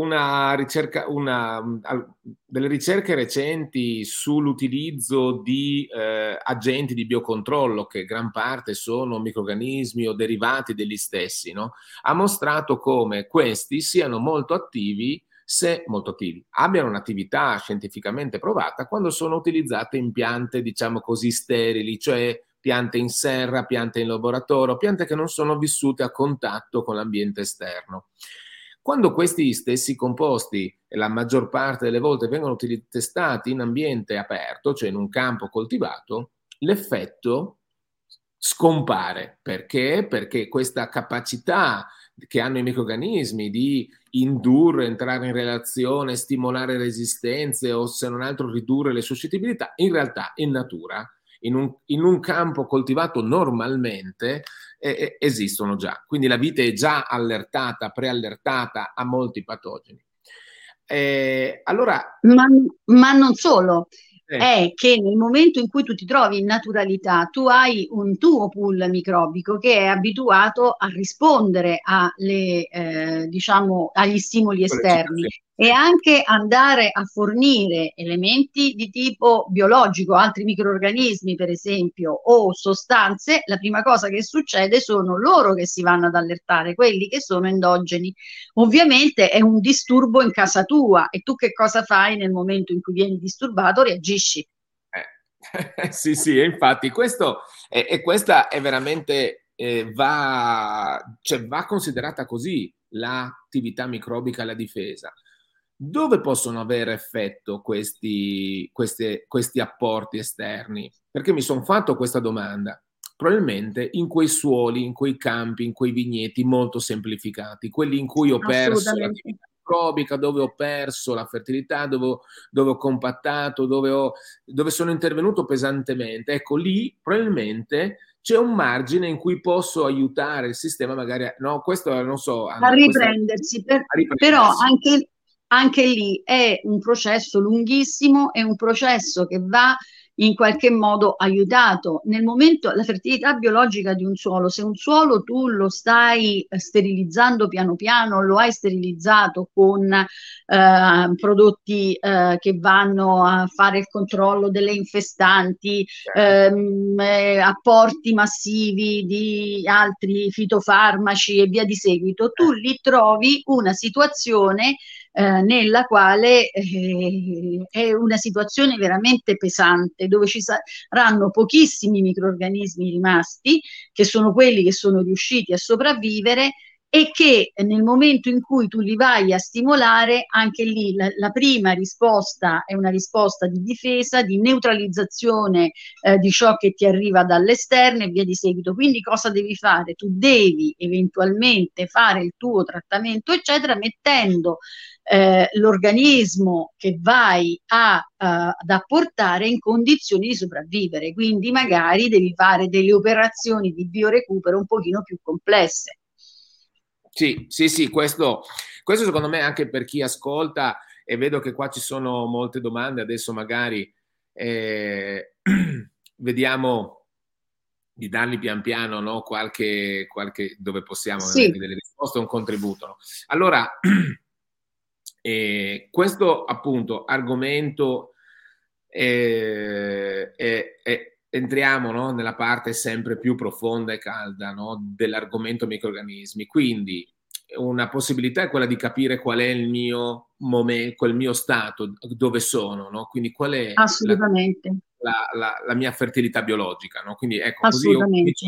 [SPEAKER 1] delle ricerche recenti sull'utilizzo di agenti di biocontrollo, che gran parte sono microrganismi o derivati degli stessi, no? Ha mostrato come questi siano molto attivi, abbiano un'attività scientificamente provata quando sono utilizzate in piante, diciamo così, sterili, cioè piante in serra, piante in laboratorio, piante che non sono vissute a contatto con l'ambiente esterno. Quando questi stessi composti, la maggior parte delle volte, vengono testati in ambiente aperto, cioè in un campo coltivato, l'effetto scompare. Perché? Perché questa capacità che hanno i microrganismi di indurre, entrare in relazione, stimolare resistenze o se non altro ridurre le suscettibilità, in realtà in natura, in un campo coltivato normalmente, esistono già. Quindi la vite è già allertata, preallertata a molti patogeni. Allora,
[SPEAKER 2] ma non solo, è che nel momento in cui tu ti trovi in naturalità, tu hai un tuo pool microbico che è abituato a rispondere diciamo, agli stimoli esterni e anche andare a fornire elementi di tipo biologico, altri microrganismi per esempio, o sostanze. La prima cosa che succede sono loro che si vanno ad allertare, quelli che sono endogeni. Ovviamente è un disturbo in casa tua e tu che cosa fai nel momento in cui vieni disturbato? Reagisci.
[SPEAKER 1] Sì, sì, e infatti questo E questa è veramente, cioè va considerata così l'attività microbica alla difesa. Dove possono avere effetto questi apporti esterni? Perché mi sono fatto questa domanda. Probabilmente in quei suoli, in quei campi, in quei vigneti molto semplificati, quelli in cui ho perso
[SPEAKER 2] Assolutamente.
[SPEAKER 1] l'attività microbica, dove ho perso la fertilità, dove ho compattato, dove sono intervenuto pesantemente. Ecco, lì probabilmente c'è un margine in cui posso aiutare il sistema, magari, no, questo non so,
[SPEAKER 2] A
[SPEAKER 1] Anna, questo
[SPEAKER 2] riprendersi,
[SPEAKER 1] a
[SPEAKER 2] però
[SPEAKER 1] riprendersi.
[SPEAKER 2] anche lì è un processo lunghissimo, è un processo che va in qualche modo aiutato. Nel momento, la fertilità biologica di un suolo, se un suolo tu lo stai sterilizzando piano piano, lo hai sterilizzato con prodotti che vanno a fare il controllo delle infestanti,
[SPEAKER 1] Certo.
[SPEAKER 2] apporti massivi di altri fitofarmaci e via di seguito, tu lì trovi una situazione nella quale è una situazione veramente pesante, dove ci saranno pochissimi microrganismi rimasti, che sono quelli che sono riusciti a sopravvivere e che nel momento in cui tu li vai a stimolare, anche lì la prima risposta è una risposta di difesa, di neutralizzazione di ciò che ti arriva dall'esterno e via di seguito. Quindi cosa devi fare? Tu devi eventualmente fare il tuo trattamento, eccetera, mettendo l'organismo che vai ad apportare in condizioni di sopravvivere. Quindi magari devi fare delle operazioni di biorecupero un pochino più complesse.
[SPEAKER 1] Sì, sì, sì, questo secondo me anche per chi ascolta, e vedo che qua ci sono molte domande, adesso magari vediamo di dargli pian piano, no, qualche dove possiamo
[SPEAKER 2] Sì,
[SPEAKER 1] avere delle risposte, un contributo. No? Allora, questo appunto argomento, entriamo, no, nella parte sempre più profonda e calda, no, dell'argomento microrganismi. Quindi una possibilità è quella di capire qual è il mio momento, quel mio stato, dove sono, no? Quindi qual è
[SPEAKER 2] assolutamente,
[SPEAKER 1] la mia fertilità biologica, no? Quindi ecco, così io comincio
[SPEAKER 2] assolutamente.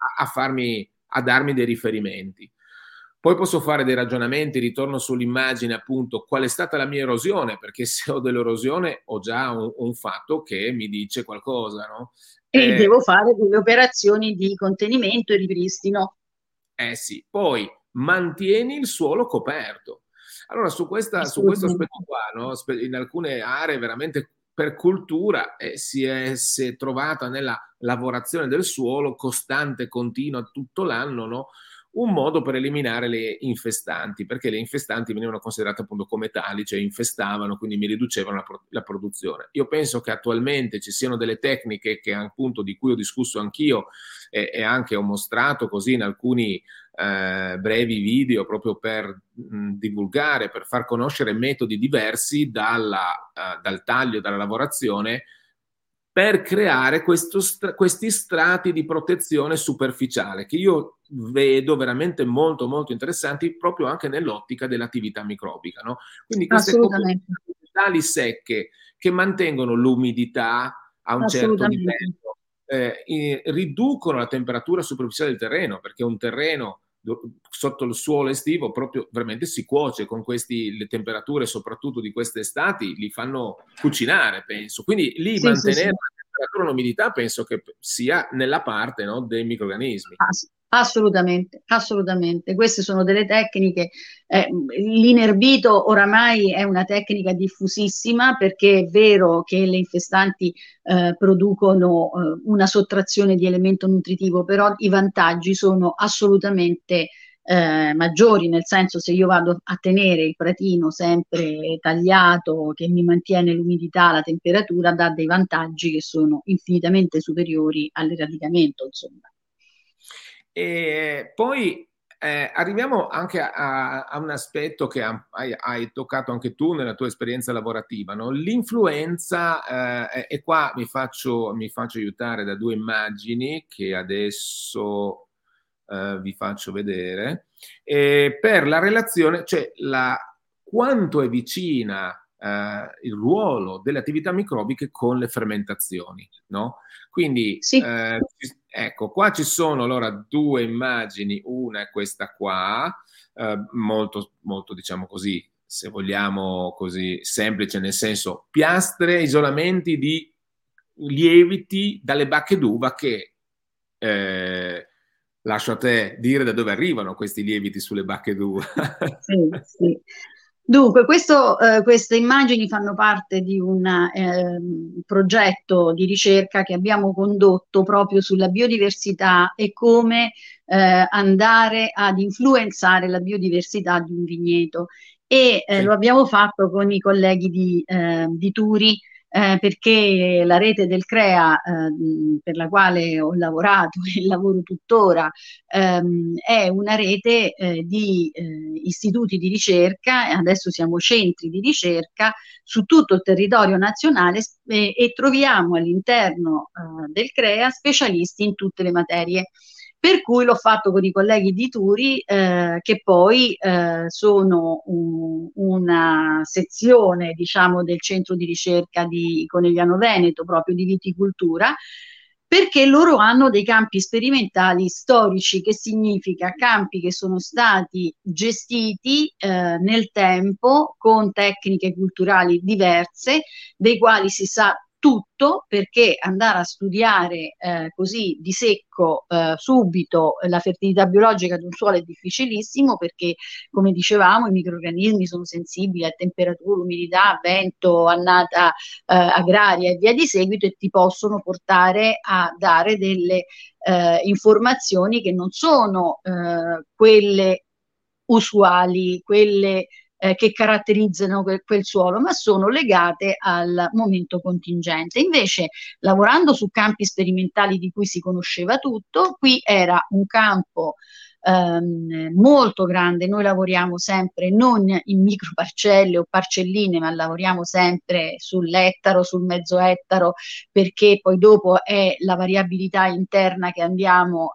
[SPEAKER 1] a darmi dei riferimenti. Poi posso fare dei ragionamenti, ritorno sull'immagine, appunto, qual è stata la mia erosione, perché se ho dell'erosione ho già un fatto che mi dice qualcosa, no?
[SPEAKER 2] E devo fare delle operazioni di contenimento e ripristino.
[SPEAKER 1] Eh sì, poi mantieni il suolo coperto. Allora, su questo
[SPEAKER 2] Assolutamente.
[SPEAKER 1] aspetto qua, no? In alcune aree veramente per cultura si è trovata nella lavorazione del suolo costante, continua tutto l'anno, no? Un modo per eliminare le infestanti, perché le infestanti venivano considerate appunto come tali, cioè infestavano, quindi mi riducevano la produzione. Io penso che attualmente ci siano delle tecniche che appunto di cui ho discusso anch'io e anche ho mostrato così in alcuni brevi video proprio per divulgare, per far conoscere metodi diversi dal taglio, dalla lavorazione, per creare questi strati di protezione superficiale che io vedo veramente molto molto interessanti proprio anche nell'ottica dell'attività microbica, no? Quindi queste coperture
[SPEAKER 2] Assolutamente.
[SPEAKER 1] vegetali secche che mantengono l'umidità a un certo
[SPEAKER 2] Assolutamente.
[SPEAKER 1] livello, riducono la temperatura superficiale del terreno, perché un terreno sotto il suolo estivo proprio veramente si cuoce con le temperature soprattutto di queste estati li fanno cucinare, penso. Quindi lì
[SPEAKER 2] Sì, sì,
[SPEAKER 1] mantenere
[SPEAKER 2] sì.
[SPEAKER 1] la temperatura e l'umidità penso che sia nella parte, no, dei microrganismi.
[SPEAKER 2] Assolutamente, assolutamente. Queste sono delle tecniche. L'inerbito oramai è una tecnica diffusissima perché è vero che le infestanti producono una sottrazione di elemento nutritivo, però i vantaggi sono assolutamente maggiori, nel senso se io vado a tenere il pratino sempre tagliato, che mi mantiene l'umidità, la temperatura, dà dei vantaggi che sono infinitamente superiori all'eradicamento, insomma.
[SPEAKER 1] E poi arriviamo anche a un aspetto che hai toccato anche tu nella tua esperienza lavorativa, no? L'influenza, e qua mi faccio aiutare da due immagini che adesso vi faccio vedere, per la relazione, cioè quanto è vicina il ruolo delle attività microbiche con le fermentazioni, no? Quindi,
[SPEAKER 2] Sì.
[SPEAKER 1] ecco, qua ci sono allora due immagini, una è questa qua, molto, molto, diciamo così, se vogliamo così, semplice, nel senso piastre, isolamenti di lieviti dalle bacche d'uva che, lascio a te dire da dove arrivano questi lieviti sulle bacche d'uva.
[SPEAKER 2] Sì, sì. Dunque, queste immagini fanno parte di un progetto di ricerca che abbiamo condotto proprio sulla biodiversità e come andare ad influenzare la biodiversità di un vigneto. E
[SPEAKER 1] Sì,
[SPEAKER 2] lo abbiamo fatto con i colleghi di Turi, perché la rete del CREA, per la quale ho lavorato e lavoro tuttora, è una rete di istituti di ricerca, e adesso siamo centri di ricerca su tutto il territorio nazionale, e troviamo all'interno del CREA specialisti in tutte le materie. Per cui l'ho fatto con i colleghi di Turi, che poi sono una sezione, diciamo, del centro di ricerca di Conegliano Veneto, proprio di viticoltura, perché loro hanno dei campi sperimentali storici, che significa campi che sono stati gestiti nel tempo con tecniche culturali diverse, dei quali si sa tutto, perché andare a studiare così di secco subito la fertilità biologica di un suolo è difficilissimo, perché come dicevamo i microrganismi sono sensibili a temperatura, umidità, vento, annata agraria e via di seguito, e ti possono portare a dare delle informazioni che non sono quelle usuali, quelle che caratterizzano quel suolo, ma sono legate al momento contingente. Invece, lavorando su campi sperimentali di cui si conosceva tutto, qui era un campo molto grande. Noi lavoriamo sempre non in microparcelle o parcelline, ma lavoriamo sempre sull'ettaro, sul mezzo ettaro, perché poi dopo è la variabilità interna che andiamo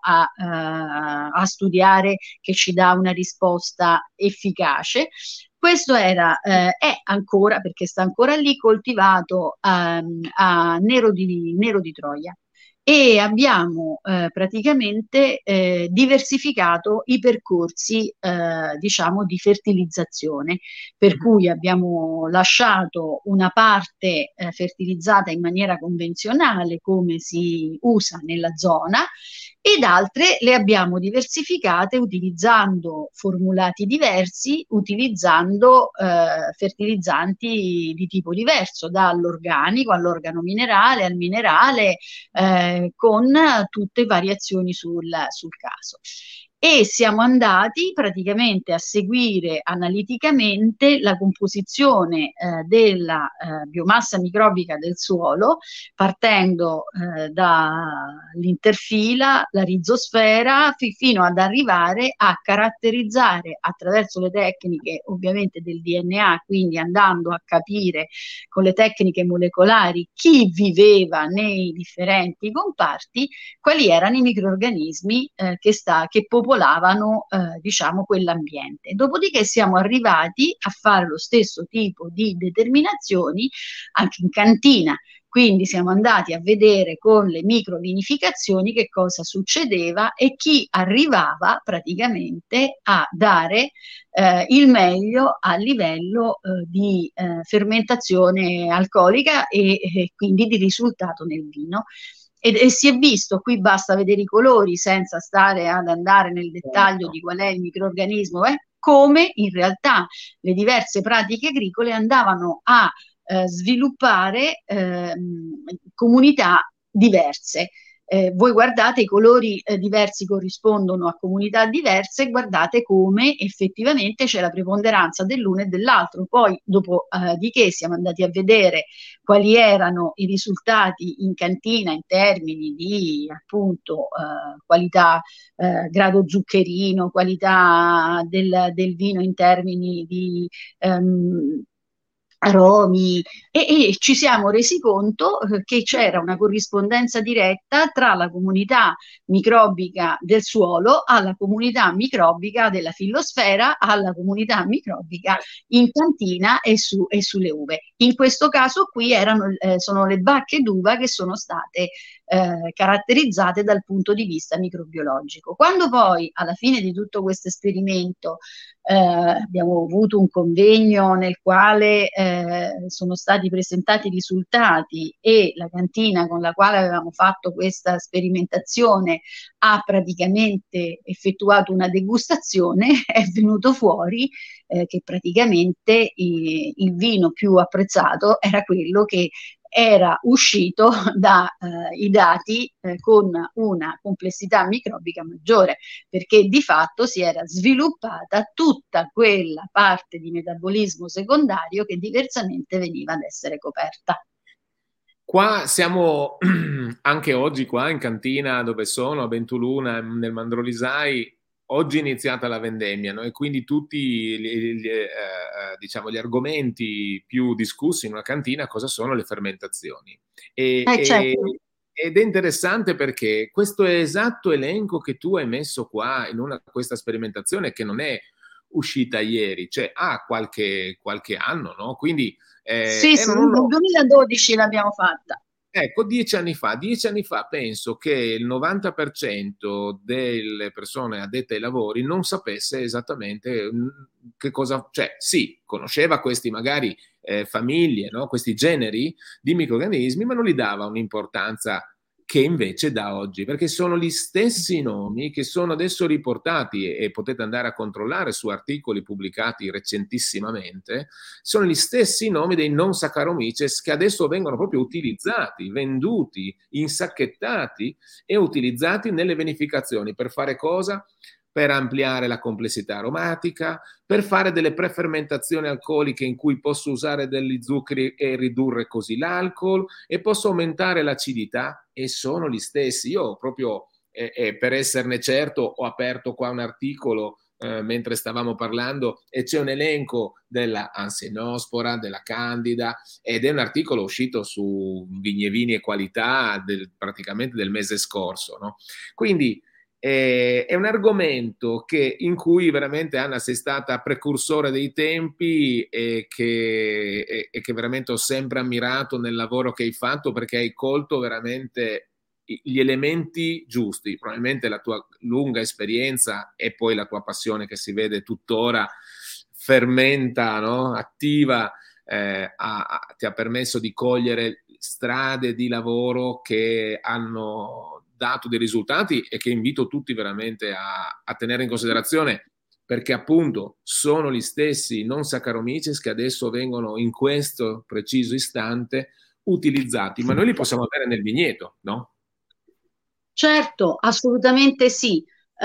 [SPEAKER 2] a studiare che ci dà una risposta efficace. Questo è ancora, perché sta ancora lì, coltivato a Nero di Troia, e abbiamo praticamente diversificato i percorsi, diciamo, di fertilizzazione, per cui abbiamo lasciato una parte fertilizzata in maniera convenzionale, come si usa nella zona, ed altre le abbiamo diversificate utilizzando formulati diversi, utilizzando fertilizzanti di tipo diverso, dall'organico all'organo minerale, al minerale, con tutte variazioni sul caso. E siamo andati praticamente a seguire analiticamente la composizione della biomassa microbica del suolo, partendo dall'interfila, la rizosfera, fino ad arrivare a caratterizzare attraverso le tecniche ovviamente del DNA, quindi andando a capire con le tecniche molecolari chi viveva nei differenti comparti, quali erano i microrganismi che popolavano diciamo quell'ambiente. Dopodiché siamo arrivati a fare lo stesso tipo di determinazioni anche in cantina. Quindi siamo andati a vedere con le microvinificazioni che cosa succedeva e chi arrivava praticamente a dare il meglio a livello di fermentazione alcolica e quindi di risultato nel vino. E si è visto, qui basta vedere i colori senza stare ad andare nel dettaglio di qual è il microrganismo, come in realtà le diverse pratiche agricole andavano a sviluppare comunità diverse. Voi guardate, i colori diversi corrispondono a comunità diverse, e guardate come effettivamente c'è la preponderanza dell'uno e dell'altro. Poi, dopo di che siamo andati a vedere quali erano i risultati in cantina in termini di appunto qualità, grado zuccherino, qualità del vino in termini di aromi e ci siamo resi conto che c'era una corrispondenza diretta tra la comunità microbica del suolo alla comunità microbica della filosfera, alla comunità microbica in cantina e sulle uve. In questo caso qui sono le bacche d'uva che sono state caratterizzate dal punto di vista microbiologico. Quando poi alla fine di tutto questo esperimento abbiamo avuto un convegno nel quale sono stati presentati i risultati e la cantina con la quale avevamo fatto questa sperimentazione ha praticamente effettuato una degustazione, è venuto fuori che praticamente il vino più apprezzato era quello che era uscito dai dati con una complessità microbica maggiore, perché di fatto si era sviluppata tutta quella parte di metabolismo secondario che diversamente veniva ad essere coperta.
[SPEAKER 1] Qua siamo anche oggi qua in cantina dove sono, a Ventuluna, nel Mandrolisai. Oggi è iniziata la vendemmia, no? E quindi tutti diciamo, gli argomenti più discussi in una cantina cosa sono le fermentazioni.
[SPEAKER 2] Certo.
[SPEAKER 1] Ed è interessante perché questo è esatto elenco che tu hai messo qua in questa sperimentazione che non è uscita ieri, cioè ha qualche anno, no? Quindi
[SPEAKER 2] Sì, sì,
[SPEAKER 1] erano
[SPEAKER 2] nel
[SPEAKER 1] loro.
[SPEAKER 2] 2012 l'abbiamo fatta.
[SPEAKER 1] Ecco, 10 anni fa penso che il 90% delle persone addette ai lavori non sapesse esattamente che cosa, cioè sì, conosceva questi magari famiglie, no? Questi generi di microrganismi, ma non gli dava un'importanza che invece dà oggi, perché sono gli stessi nomi che sono adesso riportati e potete andare a controllare su articoli pubblicati recentissimamente, sono gli stessi nomi dei non Saccharomyces che adesso vengono proprio utilizzati, venduti, insacchettati e utilizzati nelle vinificazioni per fare cosa? Per ampliare la complessità aromatica, per fare delle prefermentazioni alcoliche in cui posso usare degli zuccheri e ridurre così l'alcol e posso aumentare l'acidità e sono gli stessi. Io proprio per esserne certo ho aperto qua un articolo mentre stavamo parlando e c'è un elenco della ansenospora, della candida ed è un articolo uscito su Vignevini e Qualità praticamente del mese scorso, no? Quindi è un argomento in cui veramente Anna sei stata precursore dei tempi e che veramente ho sempre ammirato nel lavoro che hai fatto perché hai colto veramente gli elementi giusti, probabilmente la tua lunga esperienza e poi la tua passione che si vede tuttora fermenta, no? Attiva, ti ha permesso di cogliere strade di lavoro che hanno dato dei risultati e che invito tutti veramente a tenere in considerazione perché appunto sono gli stessi non Saccharomyces che adesso vengono in questo preciso istante utilizzati, ma noi li possiamo avere nel vigneto, no?
[SPEAKER 2] Certo, assolutamente sì.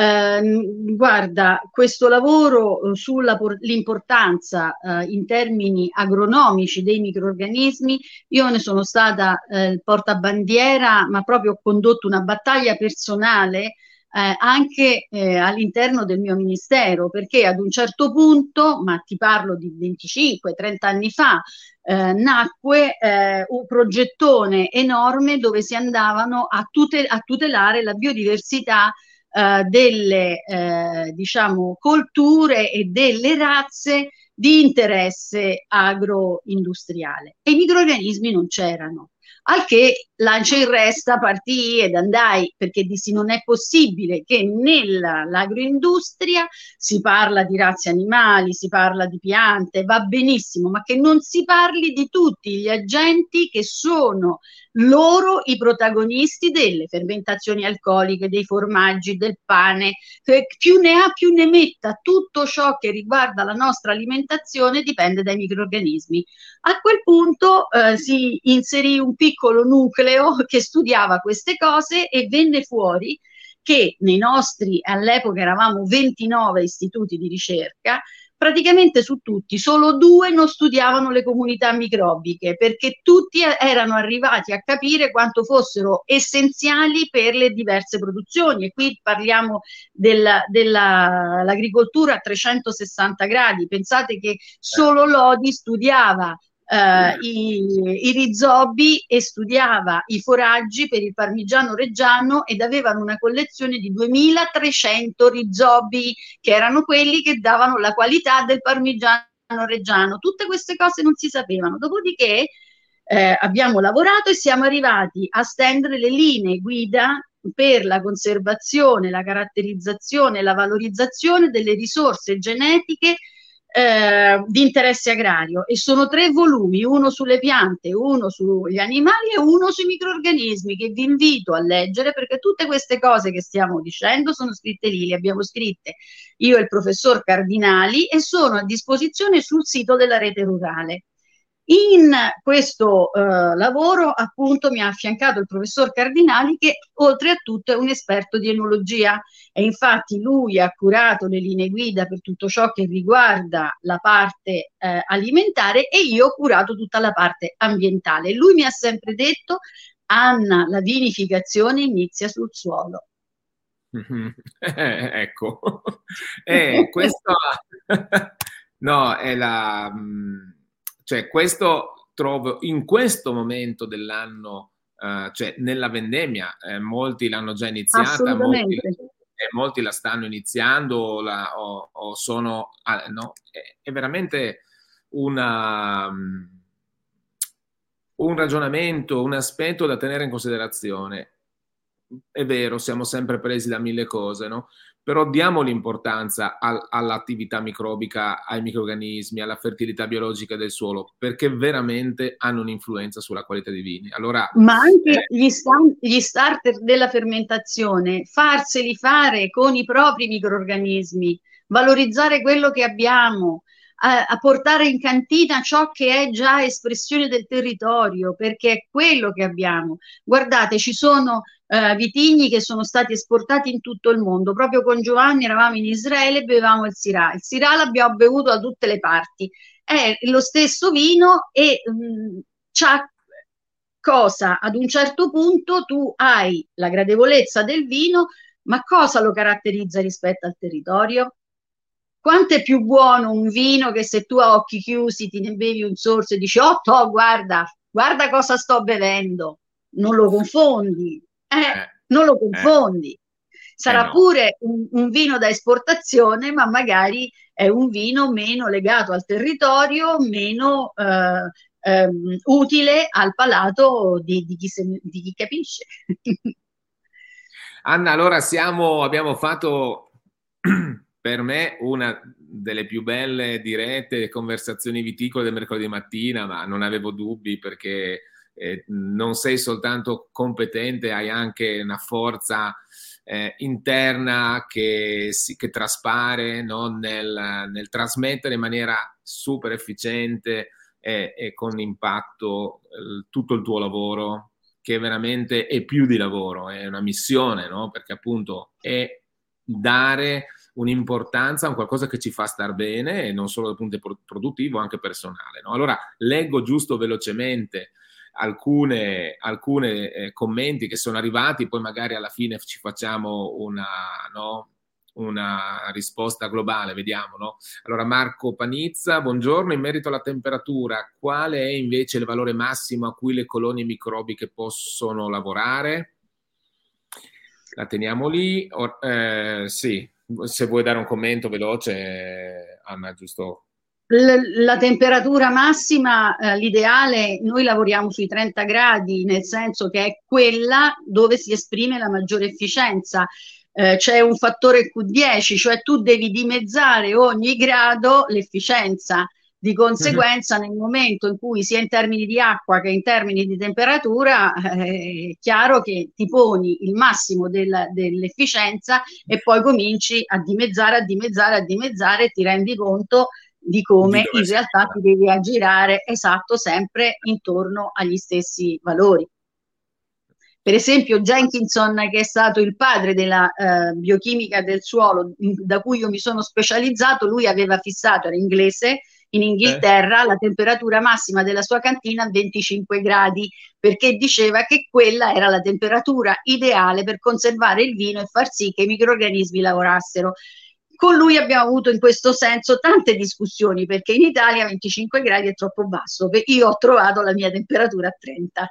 [SPEAKER 2] Guarda, questo lavoro sull'importanza in termini agronomici dei microrganismi, io ne sono stata il portabandiera, ma proprio ho condotto una battaglia personale anche all'interno del mio ministero, perché ad un certo punto, ma ti parlo di 25-30 anni fa, nacque un progettone enorme dove si andavano a tutelare la biodiversità delle diciamo colture e delle razze di interesse agroindustriale e i microrganismi non c'erano. Al che lancia in resta partì ed andai perché dissi non è possibile che nell'agroindustria si parla di razze animali, si parla di piante, va benissimo, ma che non si parli di tutti gli agenti che sono loro i protagonisti delle fermentazioni alcoliche, dei formaggi, del pane, più ne ha più ne metta, tutto ciò che riguarda la nostra alimentazione dipende dai microrganismi. A quel punto si inserì un piccolo nucleo che studiava queste cose e venne fuori che nei nostri, all'epoca eravamo 29 istituti di ricerca, praticamente su tutti, solo 2 non studiavano le comunità microbiche, perché tutti erano arrivati a capire quanto fossero essenziali per le diverse produzioni. E qui parliamo dell'agricoltura a 360 gradi. Pensate che solo Lodi studiava i rizobi e studiava i foraggi per il parmigiano reggiano, ed avevano una collezione di 2300 rizobi, che erano quelli che davano la qualità del parmigiano reggiano. Tutte queste cose non si sapevano. Dopodiché abbiamo lavorato e siamo arrivati a stendere le linee guida per la conservazione, la caratterizzazione e la valorizzazione delle risorse genetiche di interesse agrario, e sono 3 volumi, uno sulle piante, uno sugli animali e uno sui microrganismi, che vi invito a leggere, perché tutte queste cose che stiamo dicendo sono scritte lì, le abbiamo scritte io e il professor Cardinali, e sono a disposizione sul sito della Rete Rurale. In questo lavoro appunto mi ha affiancato il professor Cardinali, che oltre a tutto è un esperto di enologia, e infatti lui ha curato le linee guida per tutto ciò che riguarda la parte alimentare, e io ho curato tutta la parte ambientale. Lui mi ha sempre detto: Anna, la vinificazione inizia sul suolo.
[SPEAKER 1] Ecco, questo no, è la cioè questo trovo in questo momento dell'anno, cioè nella vendemmia, molti l'hanno già iniziata, molti la stanno iniziando o sono, no, è veramente un ragionamento, un aspetto da tenere in considerazione. È vero, siamo sempre presi da 1000 cose, no? Però diamo l'importanza all'attività microbica, ai microrganismi, alla fertilità biologica del suolo, perché veramente hanno un'influenza sulla qualità dei vini. Allora,
[SPEAKER 2] ma anche gli starter della fermentazione, farseli fare con i propri microrganismi, valorizzare quello che abbiamo, a portare in cantina ciò che è già espressione del territorio, perché è quello che abbiamo. Guardate, ci sono vitigni che sono stati esportati in tutto il mondo. Proprio con Giovanni eravamo in Israele e bevevamo il Syrah. Il Syrah l'abbiamo bevuto da tutte le parti. È lo stesso vino e c'ha cosa, ad un certo punto tu hai la gradevolezza del vino, ma cosa lo caratterizza rispetto al territorio? Quanto è più buono un vino che se tu a occhi chiusi ti ne bevi un sorso e dici: oh, guarda, guarda cosa sto bevendo, non lo confondi, non lo confondi. Sarà
[SPEAKER 1] no.
[SPEAKER 2] pure un vino da esportazione, ma magari è un vino meno legato al territorio, meno utile al palato di chi capisce.
[SPEAKER 1] Anna, allora abbiamo fatto per me una delle più belle dirette conversazioni viticole del mercoledì mattina, ma non avevo dubbi, perché non sei soltanto competente, hai anche una forza interna che traspare, no? nel trasmettere in maniera super efficiente e con impatto tutto il tuo lavoro, che veramente è più di lavoro, è una missione, no? Perché appunto è dare un'importanza a un qualcosa che ci fa star bene, e non solo dal punto produttivo, anche personale, no? Allora leggo giusto velocemente alcune commenti che sono arrivati, poi magari alla fine ci facciamo una risposta globale, vediamo, no? Allora, Marco Panizza, buongiorno, in merito alla temperatura, quale è invece il valore massimo a cui le colonie microbiche possono lavorare? La teniamo lì. Sì, se vuoi dare un commento veloce, Anna, giusto?
[SPEAKER 2] La temperatura massima, l'ideale, noi lavoriamo sui 30 gradi, nel senso che è quella dove si esprime la maggiore efficienza. C'è un fattore Q10, cioè tu devi dimezzare ogni grado l'efficienza. Di conseguenza, nel momento in cui, sia in termini di acqua che in termini di temperatura, è chiaro che ti poni il massimo dell'efficienza e poi cominci a dimezzare, e ti rendi conto di come in realtà ti devi aggirare, esatto, sempre intorno agli stessi valori. Per esempio Jenkinson, che è stato il padre della biochimica del suolo, da cui io mi sono specializzato, lui aveva fissato, era inglese, in Inghilterra la temperatura massima della sua cantina a 25 gradi, perché diceva che quella era la temperatura ideale per conservare il vino e far sì che i microrganismi lavorassero. con lui abbiamo avuto in questo senso tante discussioni, perché in Italia 25 gradi è troppo basso, io ho trovato la mia temperatura a 30.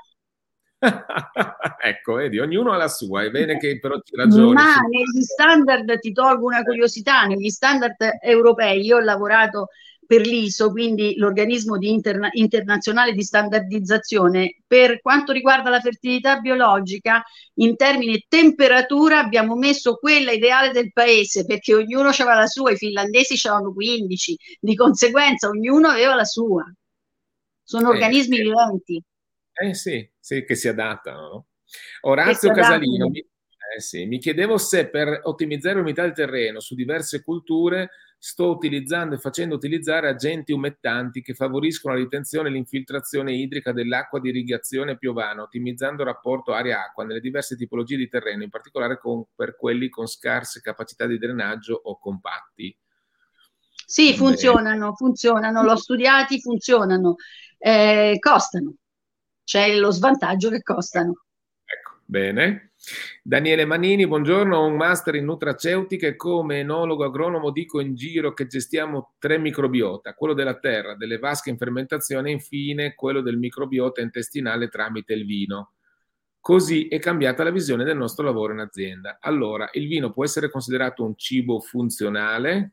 [SPEAKER 1] Ecco, vedi, ognuno ha la sua, è bene che però ci ragioni.
[SPEAKER 2] Ma negli standard, ti tolgo una curiosità, negli standard europei, io ho lavorato per l'ISO, quindi l'organismo internazionale di standardizzazione, per quanto riguarda la fertilità biologica, in termini temperatura abbiamo messo quella ideale del paese, perché ognuno aveva la sua, i finlandesi avevano 15, di conseguenza ognuno aveva la sua. Sono organismi viventi.
[SPEAKER 1] Sì, sì, che si adattano, no?
[SPEAKER 2] Che si
[SPEAKER 1] Orazio Casalino,
[SPEAKER 2] adattano.
[SPEAKER 1] sì, mi chiedevo se per ottimizzare l'umidità del terreno su diverse culture sto utilizzando e facendo utilizzare agenti umettanti che favoriscono la ritenzione e l'infiltrazione idrica dell'acqua di irrigazione piovana, ottimizzando il rapporto aria-acqua nelle diverse tipologie di terreno, in particolare per quelli con scarse capacità di drenaggio o compatti.
[SPEAKER 2] Sì, funzionano, l'ho studiati, funzionano, costano, c'è lo svantaggio che costano.
[SPEAKER 1] Ecco, bene. Daniele Manini, buongiorno, ho un master in nutraceutica e come enologo agronomo dico in giro che gestiamo 3 microbiota, quello della terra, delle vasche in fermentazione e infine quello del microbiota intestinale tramite il vino. Così è cambiata la visione del nostro lavoro in azienda. Allora, il vino può essere considerato un cibo funzionale?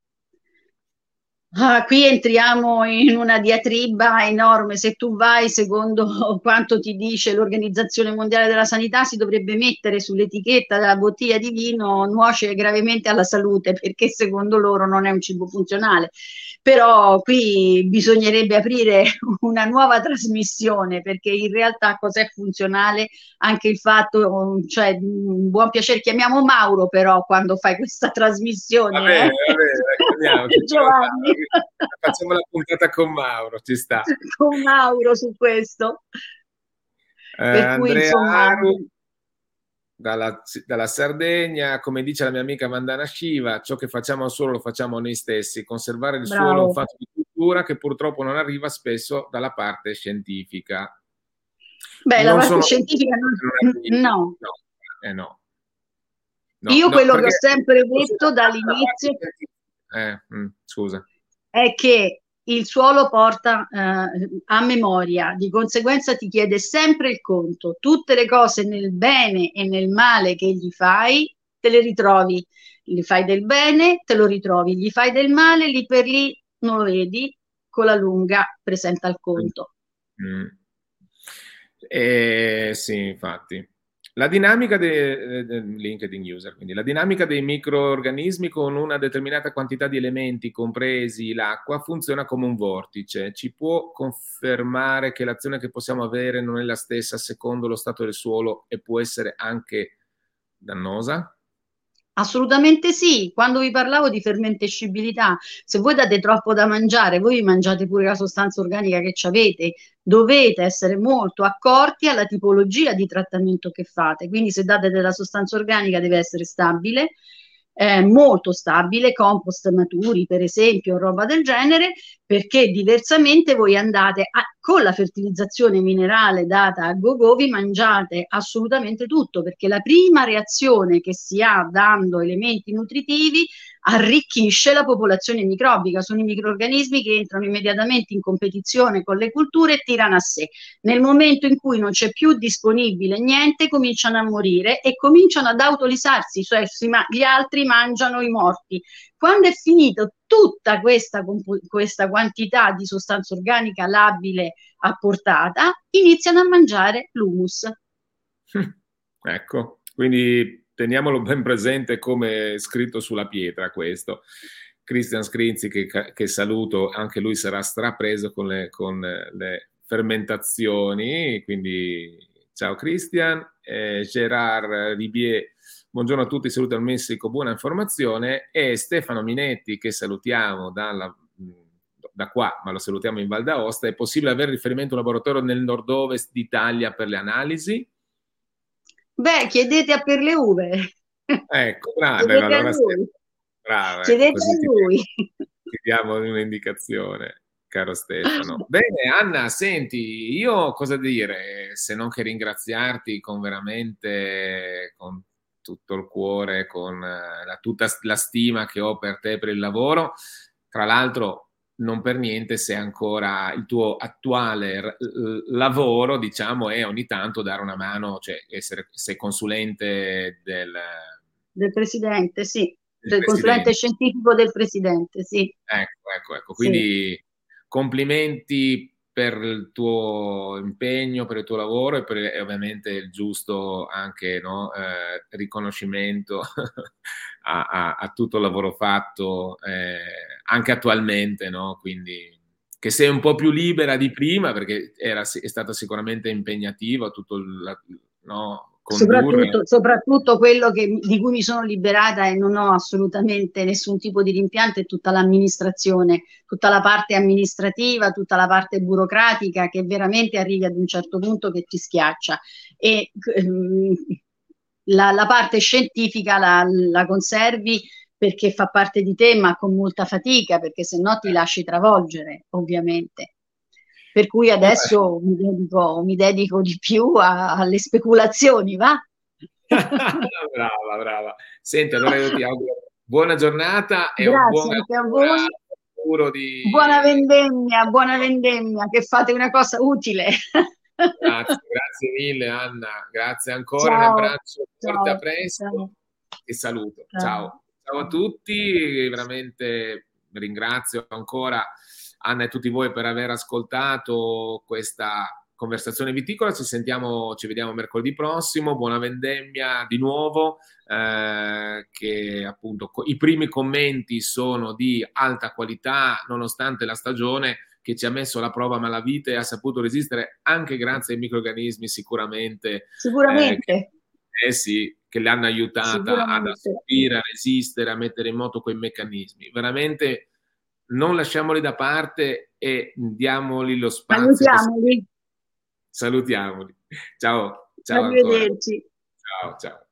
[SPEAKER 2] Qui entriamo in una diatriba enorme. Se tu vai, secondo quanto ti dice l'Organizzazione Mondiale della Sanità, si dovrebbe mettere sull'etichetta della bottiglia di vino nuoce gravemente alla salute, perché secondo loro non è un cibo funzionale. Però qui bisognerebbe aprire una nuova trasmissione, perché in realtà cos'è funzionale? Anche il fatto, cioè, un buon piacere, chiamiamo Mauro però quando fai questa trasmissione.
[SPEAKER 1] Va bene, andiamo,
[SPEAKER 2] Giovanni.
[SPEAKER 1] facciamo la puntata con Mauro, ci sta.
[SPEAKER 2] Con Mauro su questo. Per cui,
[SPEAKER 1] Andrea
[SPEAKER 2] insomma,
[SPEAKER 1] Aru, dalla Sardegna, come dice la mia amica Vandana Shiva, ciò che facciamo al suolo lo facciamo noi stessi. Conservare il suolo è un
[SPEAKER 2] bravo.
[SPEAKER 1] fatto di cultura che purtroppo non arriva spesso dalla parte scientifica.
[SPEAKER 2] Beh, la
[SPEAKER 1] Non
[SPEAKER 2] parte
[SPEAKER 1] sono
[SPEAKER 2] scientifica no.
[SPEAKER 1] no.
[SPEAKER 2] Io quello che ho
[SPEAKER 1] Perché
[SPEAKER 2] sempre detto dall'inizio
[SPEAKER 1] scusa.
[SPEAKER 2] è che il suolo porta a memoria, di conseguenza ti chiede sempre il conto. Tutte le cose nel bene e nel male che gli fai, te le ritrovi. Gli fai del bene, te lo ritrovi. Gli fai del male, lì per lì non lo vedi, con la lunga presenta il conto.
[SPEAKER 1] Sì, infatti. La dinamica LinkedIn user, quindi la dinamica dei microorganismi con una determinata quantità di elementi, compresi l'acqua, funziona come un vortice. Ci può confermare che l'azione che possiamo avere non è la stessa secondo lo stato del suolo e può essere anche dannosa?
[SPEAKER 2] Assolutamente sì, quando vi parlavo di fermentescibilità, se voi date troppo da mangiare, voi vi mangiate pure la sostanza organica che avete, dovete essere molto accorti alla tipologia di trattamento che fate, quindi se date della sostanza organica deve essere stabile, molto stabile, compost maturi per esempio, roba del genere, perché diversamente voi andate con la fertilizzazione minerale data a go-go vi mangiate assolutamente tutto, perché la prima reazione che si ha dando elementi nutritivi arricchisce la popolazione microbica, sono i microrganismi che entrano immediatamente in competizione con le culture e tirano a sé. Nel momento in cui non c'è più disponibile niente, cominciano a morire e cominciano ad autolisarsi, cioè gli altri mangiano i morti. Quando è finito tutta questa quantità di sostanza organica labile a portata, iniziano a mangiare l'humus.
[SPEAKER 1] Ecco, quindi teniamolo ben presente come scritto sulla pietra questo. Cristian Scrinzi, che saluto, anche lui sarà strapreso con le fermentazioni, quindi ciao Cristian. Gerard Ribier, buongiorno a tutti, saluto dal Messico, buona informazione, e Stefano Minetti, che salutiamo da qua, ma lo salutiamo in Val d'Aosta. È possibile avere riferimento a un laboratorio nel nord-ovest d'Italia per le analisi?
[SPEAKER 2] Beh, chiedete a per le uve.
[SPEAKER 1] Ecco, brava,
[SPEAKER 2] Chiedete a
[SPEAKER 1] allora
[SPEAKER 2] lui.
[SPEAKER 1] brava, ecco,
[SPEAKER 2] Chiedete
[SPEAKER 1] così
[SPEAKER 2] a lui.
[SPEAKER 1] ti diamo un'indicazione, caro Stefano. Bene, Anna, senti, io cosa dire se non che ringraziarti con veramente, con tutto il cuore, con tutta la stima che ho per te per il lavoro. Tra l'altro, non per niente se ancora il tuo attuale lavoro, diciamo, è ogni tanto dare una mano, cioè sei consulente
[SPEAKER 2] Del presidente, sì,
[SPEAKER 1] del
[SPEAKER 2] del consulente
[SPEAKER 1] presidente.
[SPEAKER 2] scientifico del presidente, sì,
[SPEAKER 1] Ecco.
[SPEAKER 2] sì.
[SPEAKER 1] Quindi complimenti per il tuo impegno, per il tuo lavoro e ovviamente il giusto anche, no, riconoscimento a tutto il lavoro fatto anche attualmente, no? Quindi che sei un po' più libera di prima perché è stata sicuramente impegnativa tutto no, condurre.
[SPEAKER 2] Soprattutto quello di cui mi sono liberata e non ho assolutamente nessun tipo di rimpianto è tutta l'amministrazione, tutta la parte amministrativa, tutta la parte burocratica che veramente arrivi ad un certo punto che ti schiaccia. E la parte scientifica la conservi perché fa parte di te, ma con molta fatica, perché se no ti lasci travolgere, ovviamente. Per cui
[SPEAKER 1] Vabbè.
[SPEAKER 2] adesso mi dedico di più alle speculazioni, va?
[SPEAKER 1] Brava, brava. Senti, allora io ti auguro buona giornata e un buon
[SPEAKER 2] Grazie anche a
[SPEAKER 1] ancora
[SPEAKER 2] voi.
[SPEAKER 1] futuro
[SPEAKER 2] Buona vendemmia, che fate una cosa utile.
[SPEAKER 1] Grazie mille Anna, grazie ancora, un
[SPEAKER 2] Ciao,
[SPEAKER 1] abbraccio forte, a
[SPEAKER 2] ciao, ciao,
[SPEAKER 1] presto e saluto.
[SPEAKER 2] ciao.
[SPEAKER 1] Ciao, ciao a tutti, veramente ringrazio ancora Anna e tutti voi per aver ascoltato questa conversazione viticola. Ci sentiamo, ci vediamo mercoledì prossimo. Buona vendemmia di nuovo. Che appunto i primi commenti sono di alta qualità nonostante la stagione che ci ha messo alla prova malavite e ha saputo resistere anche grazie ai microrganismi sicuramente
[SPEAKER 2] Sicuramente,
[SPEAKER 1] sì, che le hanno aiutata ad
[SPEAKER 2] sicuramente.
[SPEAKER 1] assorbire, a resistere, a mettere in moto quei meccanismi. Veramente non lasciamoli da parte e diamogli lo spazio che
[SPEAKER 2] Aiutiamoli.
[SPEAKER 1] salutiamoli. Ciao, ciao ancora.
[SPEAKER 2] Arrivederci.
[SPEAKER 1] Ciao, ciao.